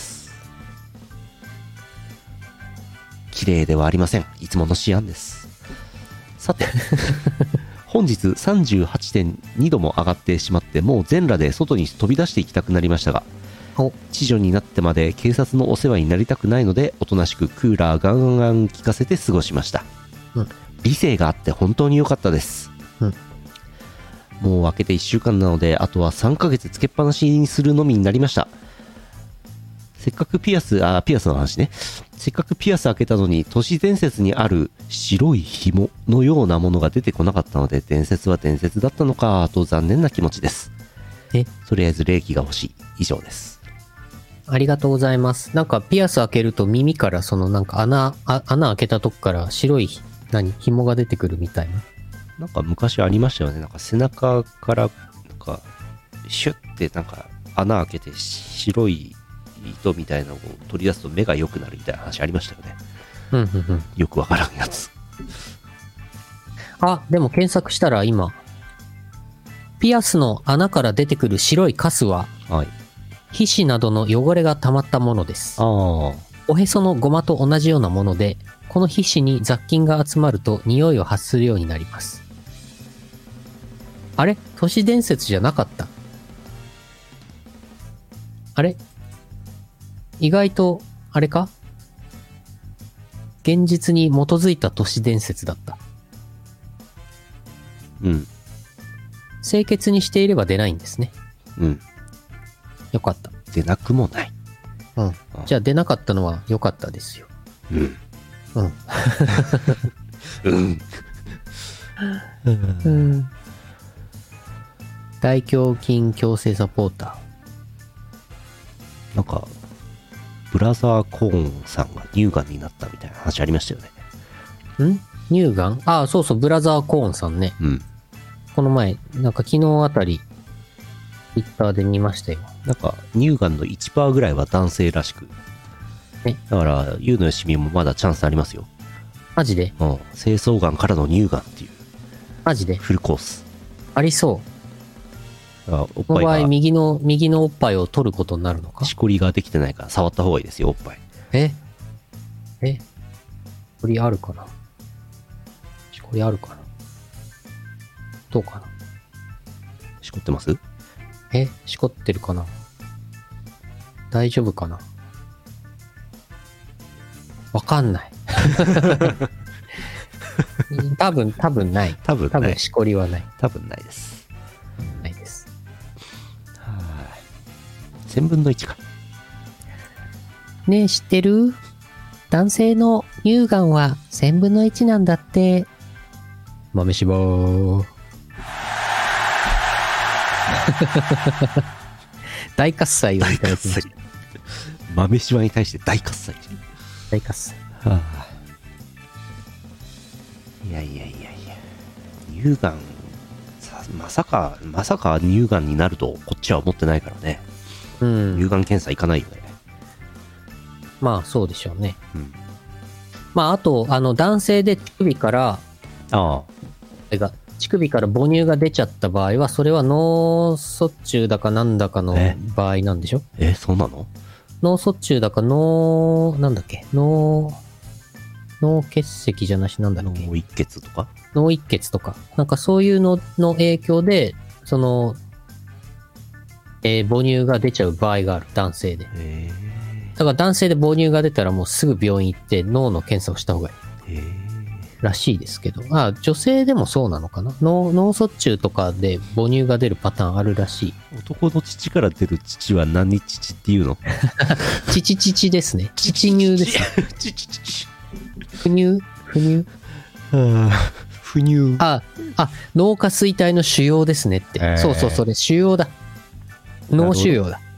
綺麗ではありません。いつものシアンです。さて本日 38.2 度も上がってしまって、もう全裸で外に飛び出していきたくなりましたが、知女になってまで警察のお世話になりたくないので、おとなしくクーラーガンガン効かせて過ごしました。理性があって本当に良かったです。もう明けて1週間なので、あとは3ヶ月つけっぱなしにするのみになりました。せっかくピアスの話ね。せっかくピアス開けたのに、都市伝説にある白い紐のようなものが出てこなかったので、伝説は伝説だったのかと残念な気持ちです。とりあえず霊気が欲しい。以上です。 ありがとうございます。なんかピアス開けると耳からそのなんか穴開けたとこから白い紐が出てくるみたいな。 なんか昔ありましたよね。なんか背中からなんかシュッてなんか穴開けて白い糸みたいなのを取り出すと目が良くなるみたいな話ありましたよね。よくわからんやつ。 あ、でも検索したら今ピアスの穴から出てくる白いカスは、皮脂などの汚れが溜まったものです。おへそのゴマと同じようなもので、この皮脂に雑菌が集まると匂いを発するようになります。あれ？都市伝説じゃなかった？あれ？意外と、あれか？現実に基づいた都市伝説だった。清潔にしていれば出ないんですね。よかった。 出なくもない。 じゃあ出なかったのは良かったですよ。大胸筋矯正サポーター。なんか、ブラザーコーンさんが乳がんになったみたいな話ありましたよね。乳がん？ああ、そうそう、ブラザーコーンさんね。この前、なんか昨日あたり、ツイッターで見ましたよ。 なんか、乳がんの 1% ぐらいは男性らしく。だから、ゆうのよしみもまだチャンスありますよ。 マジで？ 精巣がんからの乳がんっていう。 マジで？ フルコース。 ありそおっこの場合、 ぱいが、 右のおっぱいを取ることになるのか？ しこりができてないから触った方がいいですよ、おっぱい。 しこりあるかな？しこりあるかな？どうかな？ しこってます？ しこってるかな？大丈夫かな？わかんない。多分ない。 多分ない。 しこりはない。 多分ないです。 ないです。 1000分の1か。 ねえ、知ってる？男性の乳がんは1000分の1なんだって。豆柴ー。大喝采をいただきました。 豆柴に対して大喝采。 大喝采。 いや、乳がん、まさか乳がんになるとこっちは思ってないからね。乳がん検査行かないよね。 まあそうでしょうね。まああと、男性で乳首から、乳首から母乳が出ちゃった場合は、それは脳卒中だかなんだかの場合なんでしょ？ そうなの？ 脳卒中だかなんだっけ？脳結石じゃなしなんだっけ？ 脳一血とか？ 脳一血とか。なんかそういうのの影響で、母乳が出ちゃう場合がある。男性で。だから男性で母乳が出たらもうすぐ病院行って脳の検査をした方がいい。らしいですけど。女性でもそうなのかな？脳卒中とかで母乳が出るパターンあるらしい。 男の乳から出る乳は何乳っていうの？ 乳ですね。乳乳です。不乳脳下垂体の腫瘍ですねって。そう、それ腫瘍だ。脳腫瘍だ。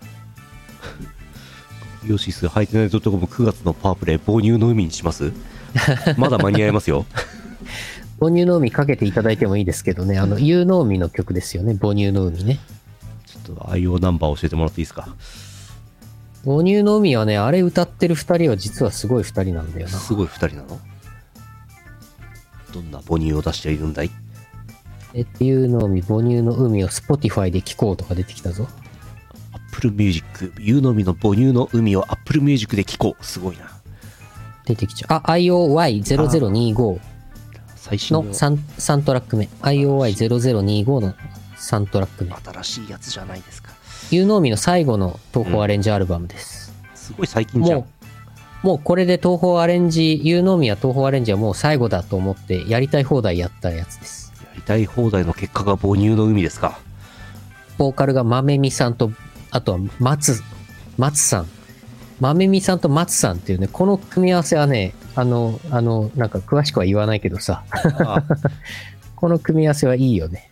ヨシス、ハイテナイトコム9月のパワープレイ、母乳の海にします？まだ間に合いますよ。 母乳の海かけていただいてもいいですけどね。有能海の曲ですよね。母乳の海ね。 ちょっと IO ナンバー教えてもらっていいですか？ 母乳の海はね、あれ歌ってる2人は実はすごい2人なんだよな。 すごい2人なの？どんな母乳を出しているんだい？ 有能海、母乳の海を Spotify で聴こうとか出てきたぞ。 Apple Music、有能海の母乳の海を Apple Music で聴こう。すごいな。 出てきちゃう。IOY0025 最新の 3トラック目。IOY0025 の3トラック目。 新しいやつじゃないですか。 有能海の最後の東宝アレンジアルバムです。 すごい最近じゃん。 もうこれで東宝アレンジ、有能海は東宝アレンジはもう最後だと思ってやりたい放題やったやつです。 やりたい放題の結果が母乳の海ですか。 ボーカルが豆美さんと、あとは松さん。豆美さんと松さんっていうね、この組み合わせはね、なんか詳しくは言わないけどさ。この組み合わせはいいよね。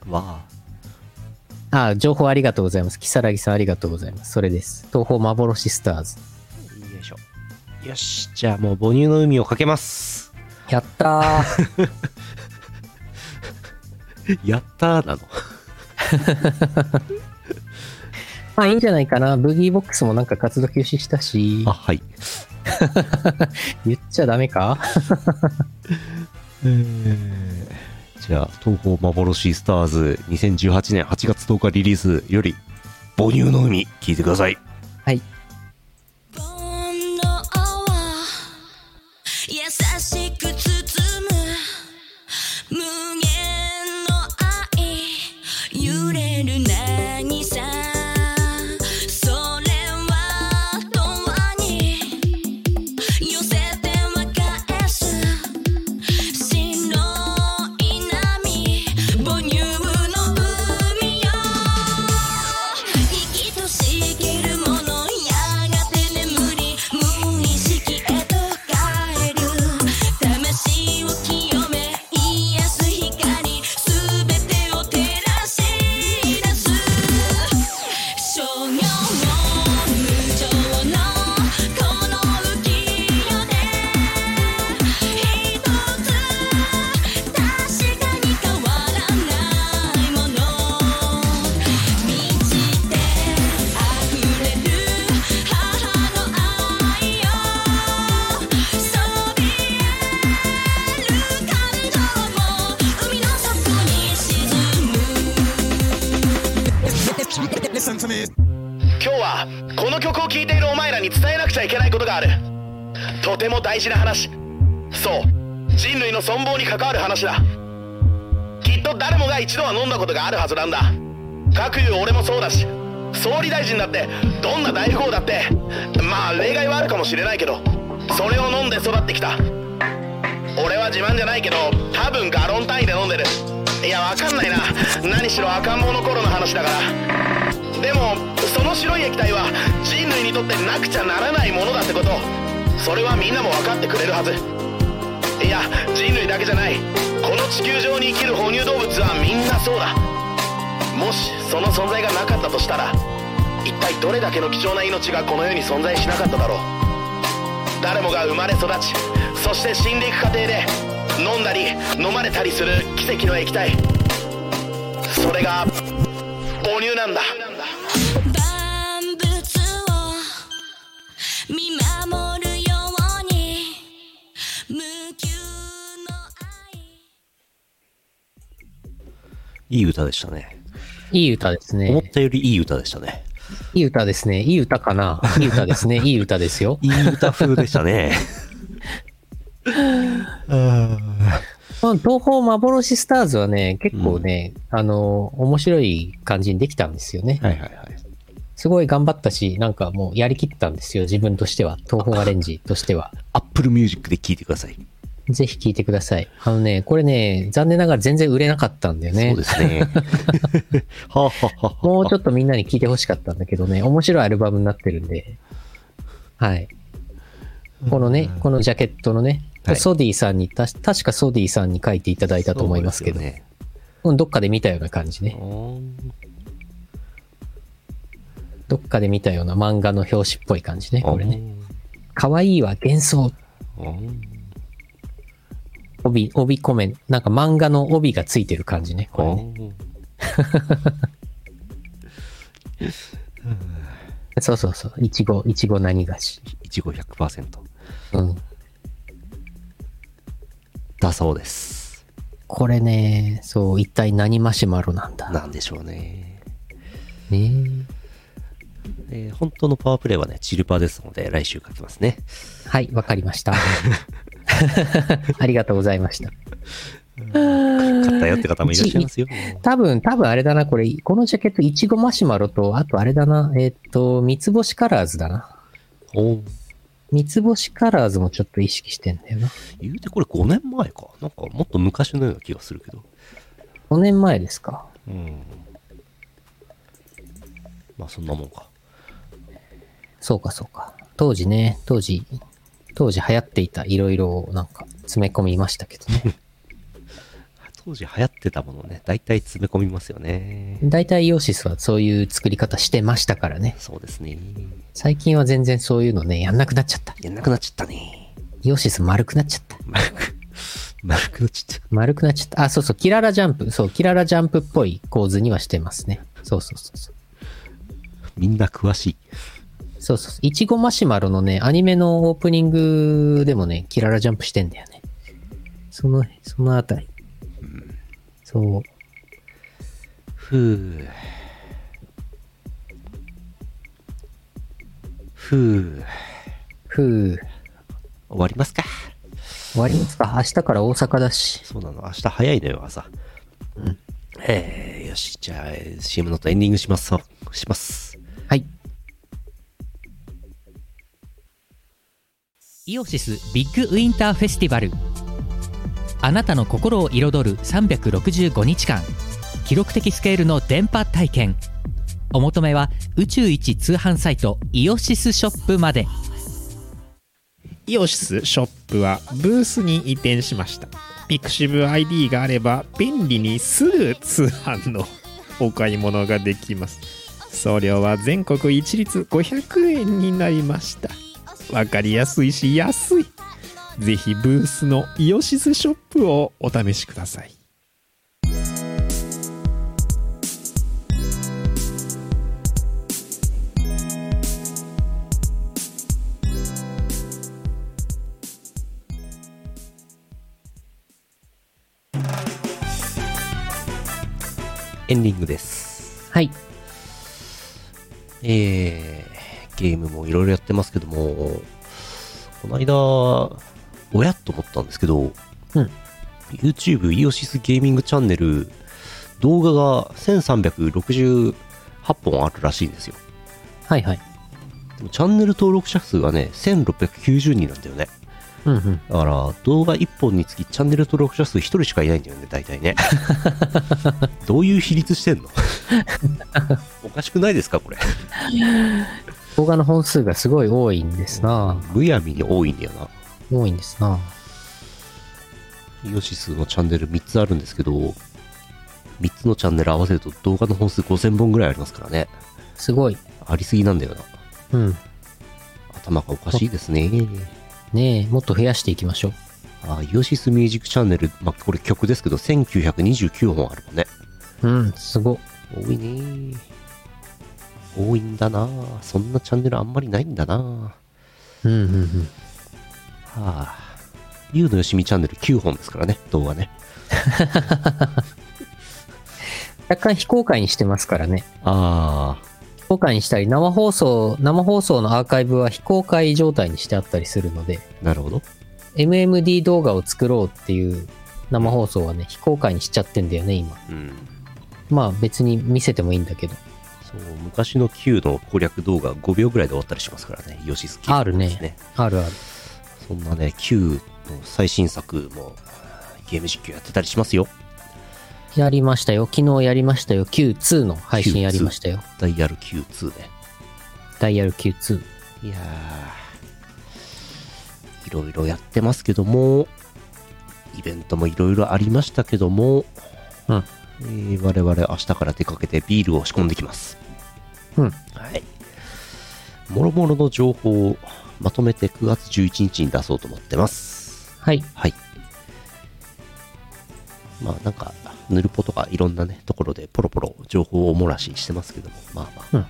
情報ありがとうございます。木更木さんありがとうございます。それです。東宝幻スターズ。 よいしょ。よし。じゃあもう母乳の海をかけます。 やったー。 やったーなの。 まあいいんじゃないかな。ブギーボックスもなんか活動休止したし。 はい。 言っちゃダメか？ じゃあ、東宝幻スターズ2018年8月10日リリースより、母乳の海、聞いてください。 はい。 優しく包む無限の愛揺れる渚それは永遠に寄せては返す白い波母乳の海よ息としきるものやがて眠り無意識へと帰る魂を清め癒す光すべてを照らし出す商業の無情のこの浮世で一つ確かに変わらないもの満ちて溢れる母の愛よそびえる感情も海の底に沈むはこの曲を聴いているお前らに伝えなくちゃいけないことがある。とても大事な話。そう、人類の存亡に関わる話だ。きっと誰もが一度は飲んだことがあるはずなんだ。かくいう俺もそうだし、総理大臣だってどんな大富豪だって、まあ例外はあるかもしれないけど、それを飲んで育ってきた。俺は自慢じゃないけど多分ガロン単位で飲んでる。いやわかんないな、何しろ赤ん坊の頃の話だから。でもその白い液体は人類にとってなくちゃならないものだってこと、それはみんなも分かってくれるはず。いや人類だけじゃない、この地球上に生きる哺乳動物はみんなそうだ。もしその存在がなかったとしたら、一体どれだけの貴重な命がこの世に存在しなかっただろう。誰もが生まれ育ち、そして死んでいく過程で飲んだり飲まれたりする奇跡の液体、それが母乳なんだ。 万物を見守るように無休の愛。 いい歌でしたね。 いい歌です思っね。 たよりいい歌でしたね。 いい歌ですね。いい歌かな。いい歌ですね。いい歌ですよ。 いい歌風でしたね。 東宝幻スターズはね、結構ね、面白い感じにできたんですよね。 はいはいはい。 すごい頑張ったし、なんかもうやりきったんですよ。自分としては。東宝アレンジとしては。 Apple Music で聴いてください。 ぜひ聴いてください。これね、残念ながら全然売れなかったんだよね。 そうですね。はあ、はあはあ、 もうちょっとみんなに聴いてほしかったんだけどね、面白いアルバムになってるんで。はい。このね、このジャケットのね、 はいソディさんに、確かソディさんに書いていただいたと思いますけど、 そうですよね。 どっかで見たような感じね。どっかで見たような漫画の表紙っぽい感じね、これね。可愛いは幻想。帯コメント、なんか漫画の帯がついてる感じね、これね。そうそうそう。いちご何菓子。 いちご 100%。 うん。 だそうです。 これね、そう、一体何マシュマロなんだ。 なんでしょうね。 ね本当のパワープレイはね、チルパーですので、来週書きますね。 はい、わかりました。ありがとうございました。 買ったよって方もいらっしゃいますよ。 多分あれだな、これ、このジャケット、いちごマシュマロと、あとあれだな、三つ星カラーズだな。三つ星カラーズもちょっと意識してんだよな。 言うてこれ5年前か。なんかもっと昔のような気がするけど。 5年前ですか。 うん。まあそんなもんか。 そうかそうか。当時流行っていたいろいろなんか詰め込みましたけどね。 当時流行ってたものね、大体詰め込みますよね。 大体イオシスはそういう作り方してましたからね。 そうですね。 最近は全然そういうのね、やんなくなっちゃった。 やんなくなっちゃったね。 イオシス丸くなっちゃった。 丸くなっちゃった。 丸くなっちゃった。あ、そうそう、キララジャンプ。そう、キララジャンプっぽい構図にはしてますね。そうそうそうそう。 みんな詳しい。 そうそうそう。いちごマシュマロのね、アニメのオープニングでもね、キララジャンプしてんだよね。そのあたり。そう。 ふぅ。終わりますか。 終わりますか。明日から大阪だし。 そうなの。明日早いのよ、朝。うん。よし。じゃあ、CM のとエンディングします。 はい。 イオシスビッグウィンターフェスティバル。あなたの心を彩る365日間、記録的スケールの電波体験。お求めは宇宙一通販サイトイオシスショップまで。 イオシスショップはブースに移転しました。ピクシブ ID があれば便利にすぐ通販のお買い物ができます。送料は全国一律500円になりました。わかりやすいし安い。ぜひブースのイオシスショップをお試しください。 エンディングです。 はい。 ゲームもいろいろやってますけども、この間、おやっと思ったんですけど、YouTube イオシスゲーミングチャンネル、動画が1368本あるらしいんですよ。 はいはい。 でもチャンネル登録者数がね、1690人なんだよね。 うんうん。 だから動画1本につきチャンネル登録者数1人しかいないんだよね、大体ね。どういう比率してんの？おかしくないですか、これ。 動画の本数がすごい多いんですな。 むやみに多いんだよな。 多いんですな。 イオシスのチャンネル3つあるんですけど、3つのチャンネル合わせると動画の本数5000本ぐらいありますからね。 すごい。 ありすぎなんだよな。 うん。 頭がおかしいですね。 ねえ、もっと増やしていきましょう。 イオシスミュージックチャンネル、まあ、これ曲ですけど、1929本あるもんね。 うん、すご。 多いね。多いんだな。そんなチャンネルあんまりないんだな。 うんうんうん。 ゆうのよしみチャンネル9本ですからね、動画ね。 若干非公開にしてますからね。非公開にしたり、生放送のアーカイブは非公開状態にしてあったりするので、 なるほど。 MMD 動画を作ろうっていう生放送はね、非公開にしちゃってんだよね、今。 うん。 まあ別に見せてもいいんだけど。 そう、昔の Q の攻略動画5秒ぐらいで終わったりしますからね、イオシス Q あるですね。あるある。 そんなね、Q の最新作もゲーム実況やってたりしますよ。 やりましたよ。昨日やりましたよ。Q2 の配信やりましたよ。 ダイヤル Q2 ね。 ダイヤル Q2。 いやー、いろいろやってますけども、イベントもいろいろありましたけども、 うん。 我々明日から出かけてビールを仕込んできます。 うん。 はい。もろもろの情報をまとめて9月11日に出そうと思ってます。 はい。 はい。まあなんか、ヌルポとかいろんなね、ところでポロポロ情報をお漏らししてますけども、まあまあ。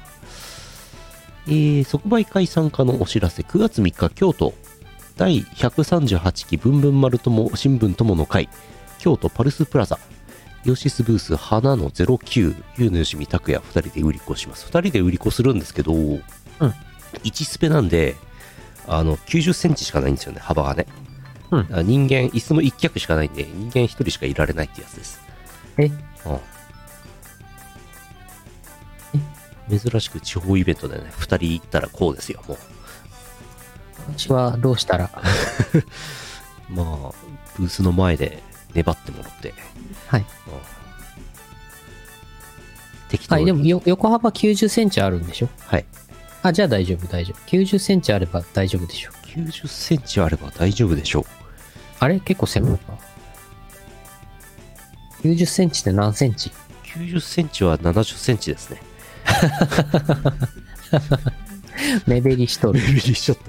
即売会参加のお知らせ、9月3日、京都、第138期ぶんぶん丸友新聞友の会、京都パルスプラザ、イオシスブース花の09、ゆうのよしみたくや2人で売り子します。2人で売り子するんですけど、1スペなんで、90センチしかないんですよね、幅がね。人間、椅子も1脚しかないんで、人間1人しかいられないってやつです。珍しく地方イベントでね、2人行ったらこうですよ、もう。 私はどうしたらまあ、ブースの前で粘ってもらって。 はい。 適当に。 はい、でも横幅90センチあるんでしょ？ はい。 あ、じゃあ大丈夫、大丈夫。90センチあれば大丈夫でしょ。 90センチあれば大丈夫でしょう。 あれ結構狭いか。90センチって何センチ？ 90センチは70センチですね。 目減りしとる。 目減りしちゃった。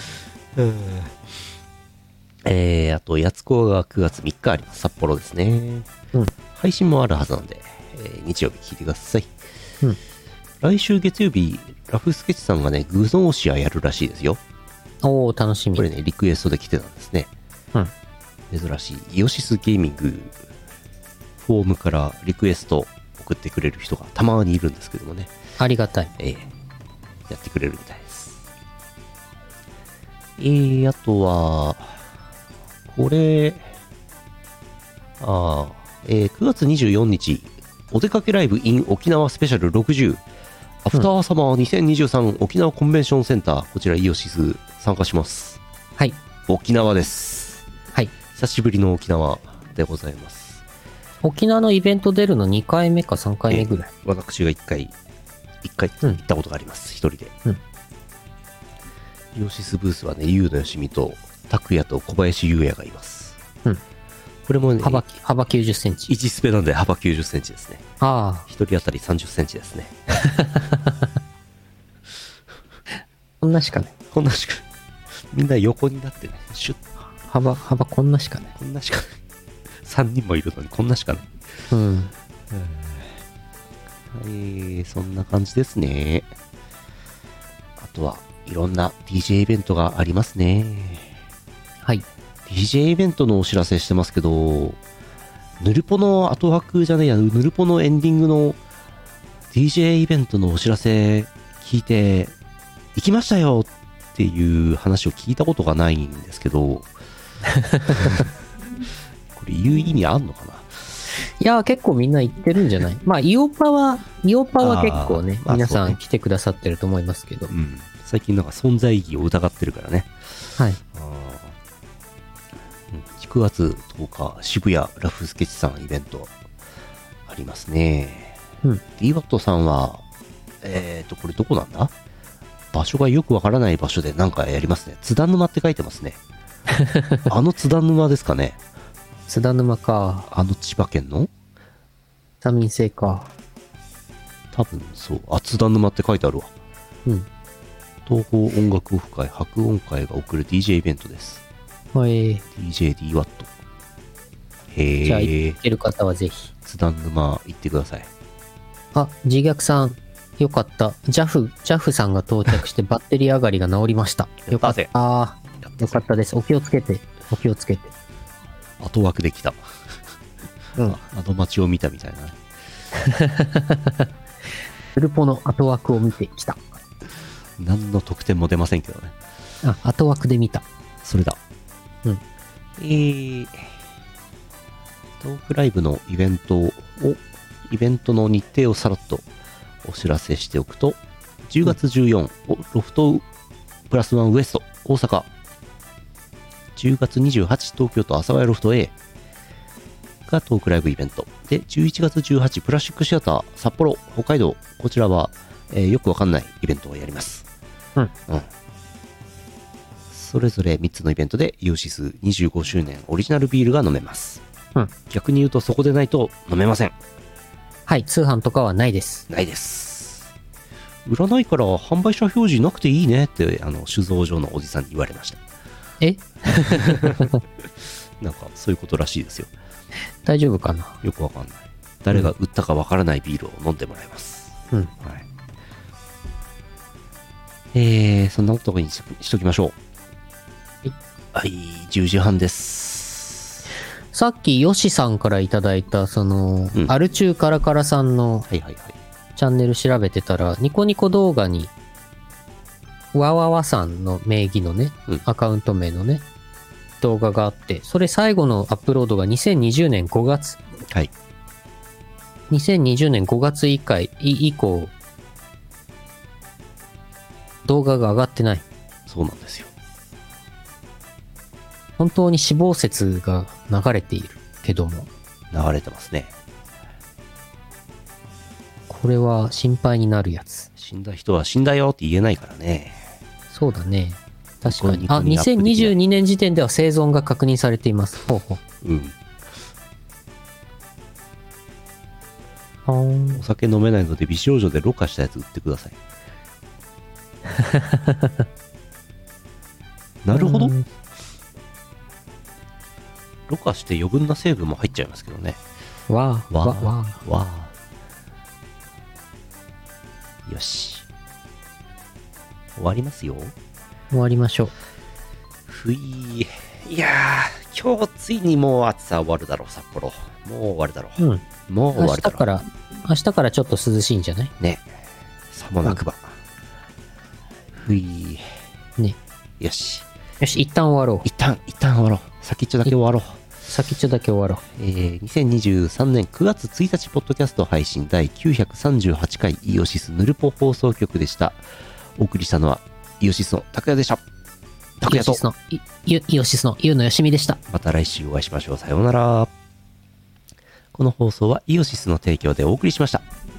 あと、やつこが9月3日あります。札幌ですね。配信もあるはずなんで、日曜日聞いてください。来週月曜日、ラフスケッチさんがね、グノーシアやるらしいですよ。 おー、楽しみ。 これね、リクエストで来てたんですね。珍しい。イオシスゲーミング、フォームからリクエスト送ってくれる人がたまにいるんですけどもね。 ありがたい。 やってくれるみたいです。あとは、これ、9月24日、お出かけライブ in 沖縄スペシャル60、アフターサマー2023沖縄コンベンションセンター、こちらイオシス参加します。 はい。 沖縄です。 はい。 久しぶりの沖縄でございます。 沖縄のイベント出るの2回目か3回目ぐらい。 私が1回行ったことがあります。一人で。イオシスブースはね、ゆうのよしみと、拓也と小林優也がいます。これもね、 幅90センチ。 1スペなんで幅90センチですね。 ああ。 一人当たり30センチですね。 こんなしかない。 こんなしかない。みんな横になってね、シュッ。 幅こんなしかない。 こんなしかない。3人もいるのにこんなしかない。そんな感じですね。あとはいろんな DJ イベントがありますね。 はい。 DJ イベントのお知らせしてますけど、ヌルポの後枠じゃねえや、ヌルポのエンディングの DJ イベントのお知らせ聞いて、 行きましたよっていう話を聞いたことがないんですけど、これ言う意味あんのかな。 いや、結構みんな行ってるんじゃない？まあ、イオパは結構ね、 まあ皆さそうねん来てくださってると思いますけど。 うん。最近なんか存在意義を疑ってるからね。 はい。 9月10日、渋谷ラフスケッチさんイベントありますね。 うん。 DWAT さんは、これどこなんだ？場所がよくわからない場所でなんかやりますね。津田沼って書いてますね。あの津田沼ですかね。 津田沼か。 あの千葉県の多民性か。 多分そう。あ、津田沼って書いてあるわ。 うん。 東方音楽オフ会、白音会が送る DJ イベントです。DJ DWAT。へじゃあ、 え行。ける方はぜひ。 津田沼行ってください。 あ、自虐さん。よかった。JAF さんが到着してバッテリー上がりが治りました。よかった。よかったです。お気をつけて。お気をつけて。 後枠できた。 うん。 あの街を見たみたいなね。 フルポの後枠を見てきた。 何の得点も出ませんけどね。 あ、後枠で見た。 それだ。 うん。 トークライブのイベントの日程をさらっとお知らせしておくと、10月14、ロフトプラスワンウエスト大阪、10月28東京都阿佐ヶ谷ロフト A がトークライブイベントで、11月18プラスチックシアター札幌北海道、こちらは、よくわかんないイベントをやります。 うん。 それぞれ3つのイベントでイオシス25周年オリジナルビールが飲めます。 うん。 逆に言うとそこでないと飲めません。 はい、通販とかはないです。 ないです。売らないから販売者表示なくていいねって酒造所のおじさんに言われました。 えなんかそういうことらしいですよ。 大丈夫かな？ よくわかんない。誰が売ったかわからないビールを飲んでもらいます。 うん。 はい。そんなことにしときましょう。はい、10時半です。 さっきヨシさんからいただいたアルチューカラカラさんのはいはいはい。 チャンネル調べてたら、ニコニコ動画にわわわさんの名義のね、アカウント名のね、動画があって、それ最後のアップロードが2020年5月。 はい。 2020年5月以降、動画が上がってない。 そうなんですよ。 本当に死亡説が流れているけども。 流れてますね。 これは心配になるやつ。 死んだ人は死んだよって言えないからね。 そうだね。確かに。あ、 ニコニコにアップできない 2022年時点では生存が確認されています。ほうほう。 うん。 はーん。 お酒飲めないので美少女でろ過したやつ売ってください。なるほど。ろ過して余分な成分も入っちゃいますけどね。 わー、わー、わー。 わー。よし。終わりますよ。 終わりましょう。 ふい。いやー、今日ついにもう暑さ終わるだろう、札幌。もう終わるだろう。 うん。 もう終わるだろう。 明日からちょっと涼しいんじゃない？ ね。さもなくば。ふい。 ね。 よし。 よし、一旦終わろう。 一旦終わろう。先っちょだけ終わろう。 先っちょだけ終わろう。 2023年9月1日ポッドキャスト配信第938回イオシスヌルポ放送局でした。お送りしたのはイオシスの拓也でした。拓也とイオシスのゆうのよしみでした。 また来週お会いしましょう。さようなら。この放送はイオシスの提供でお送りしました。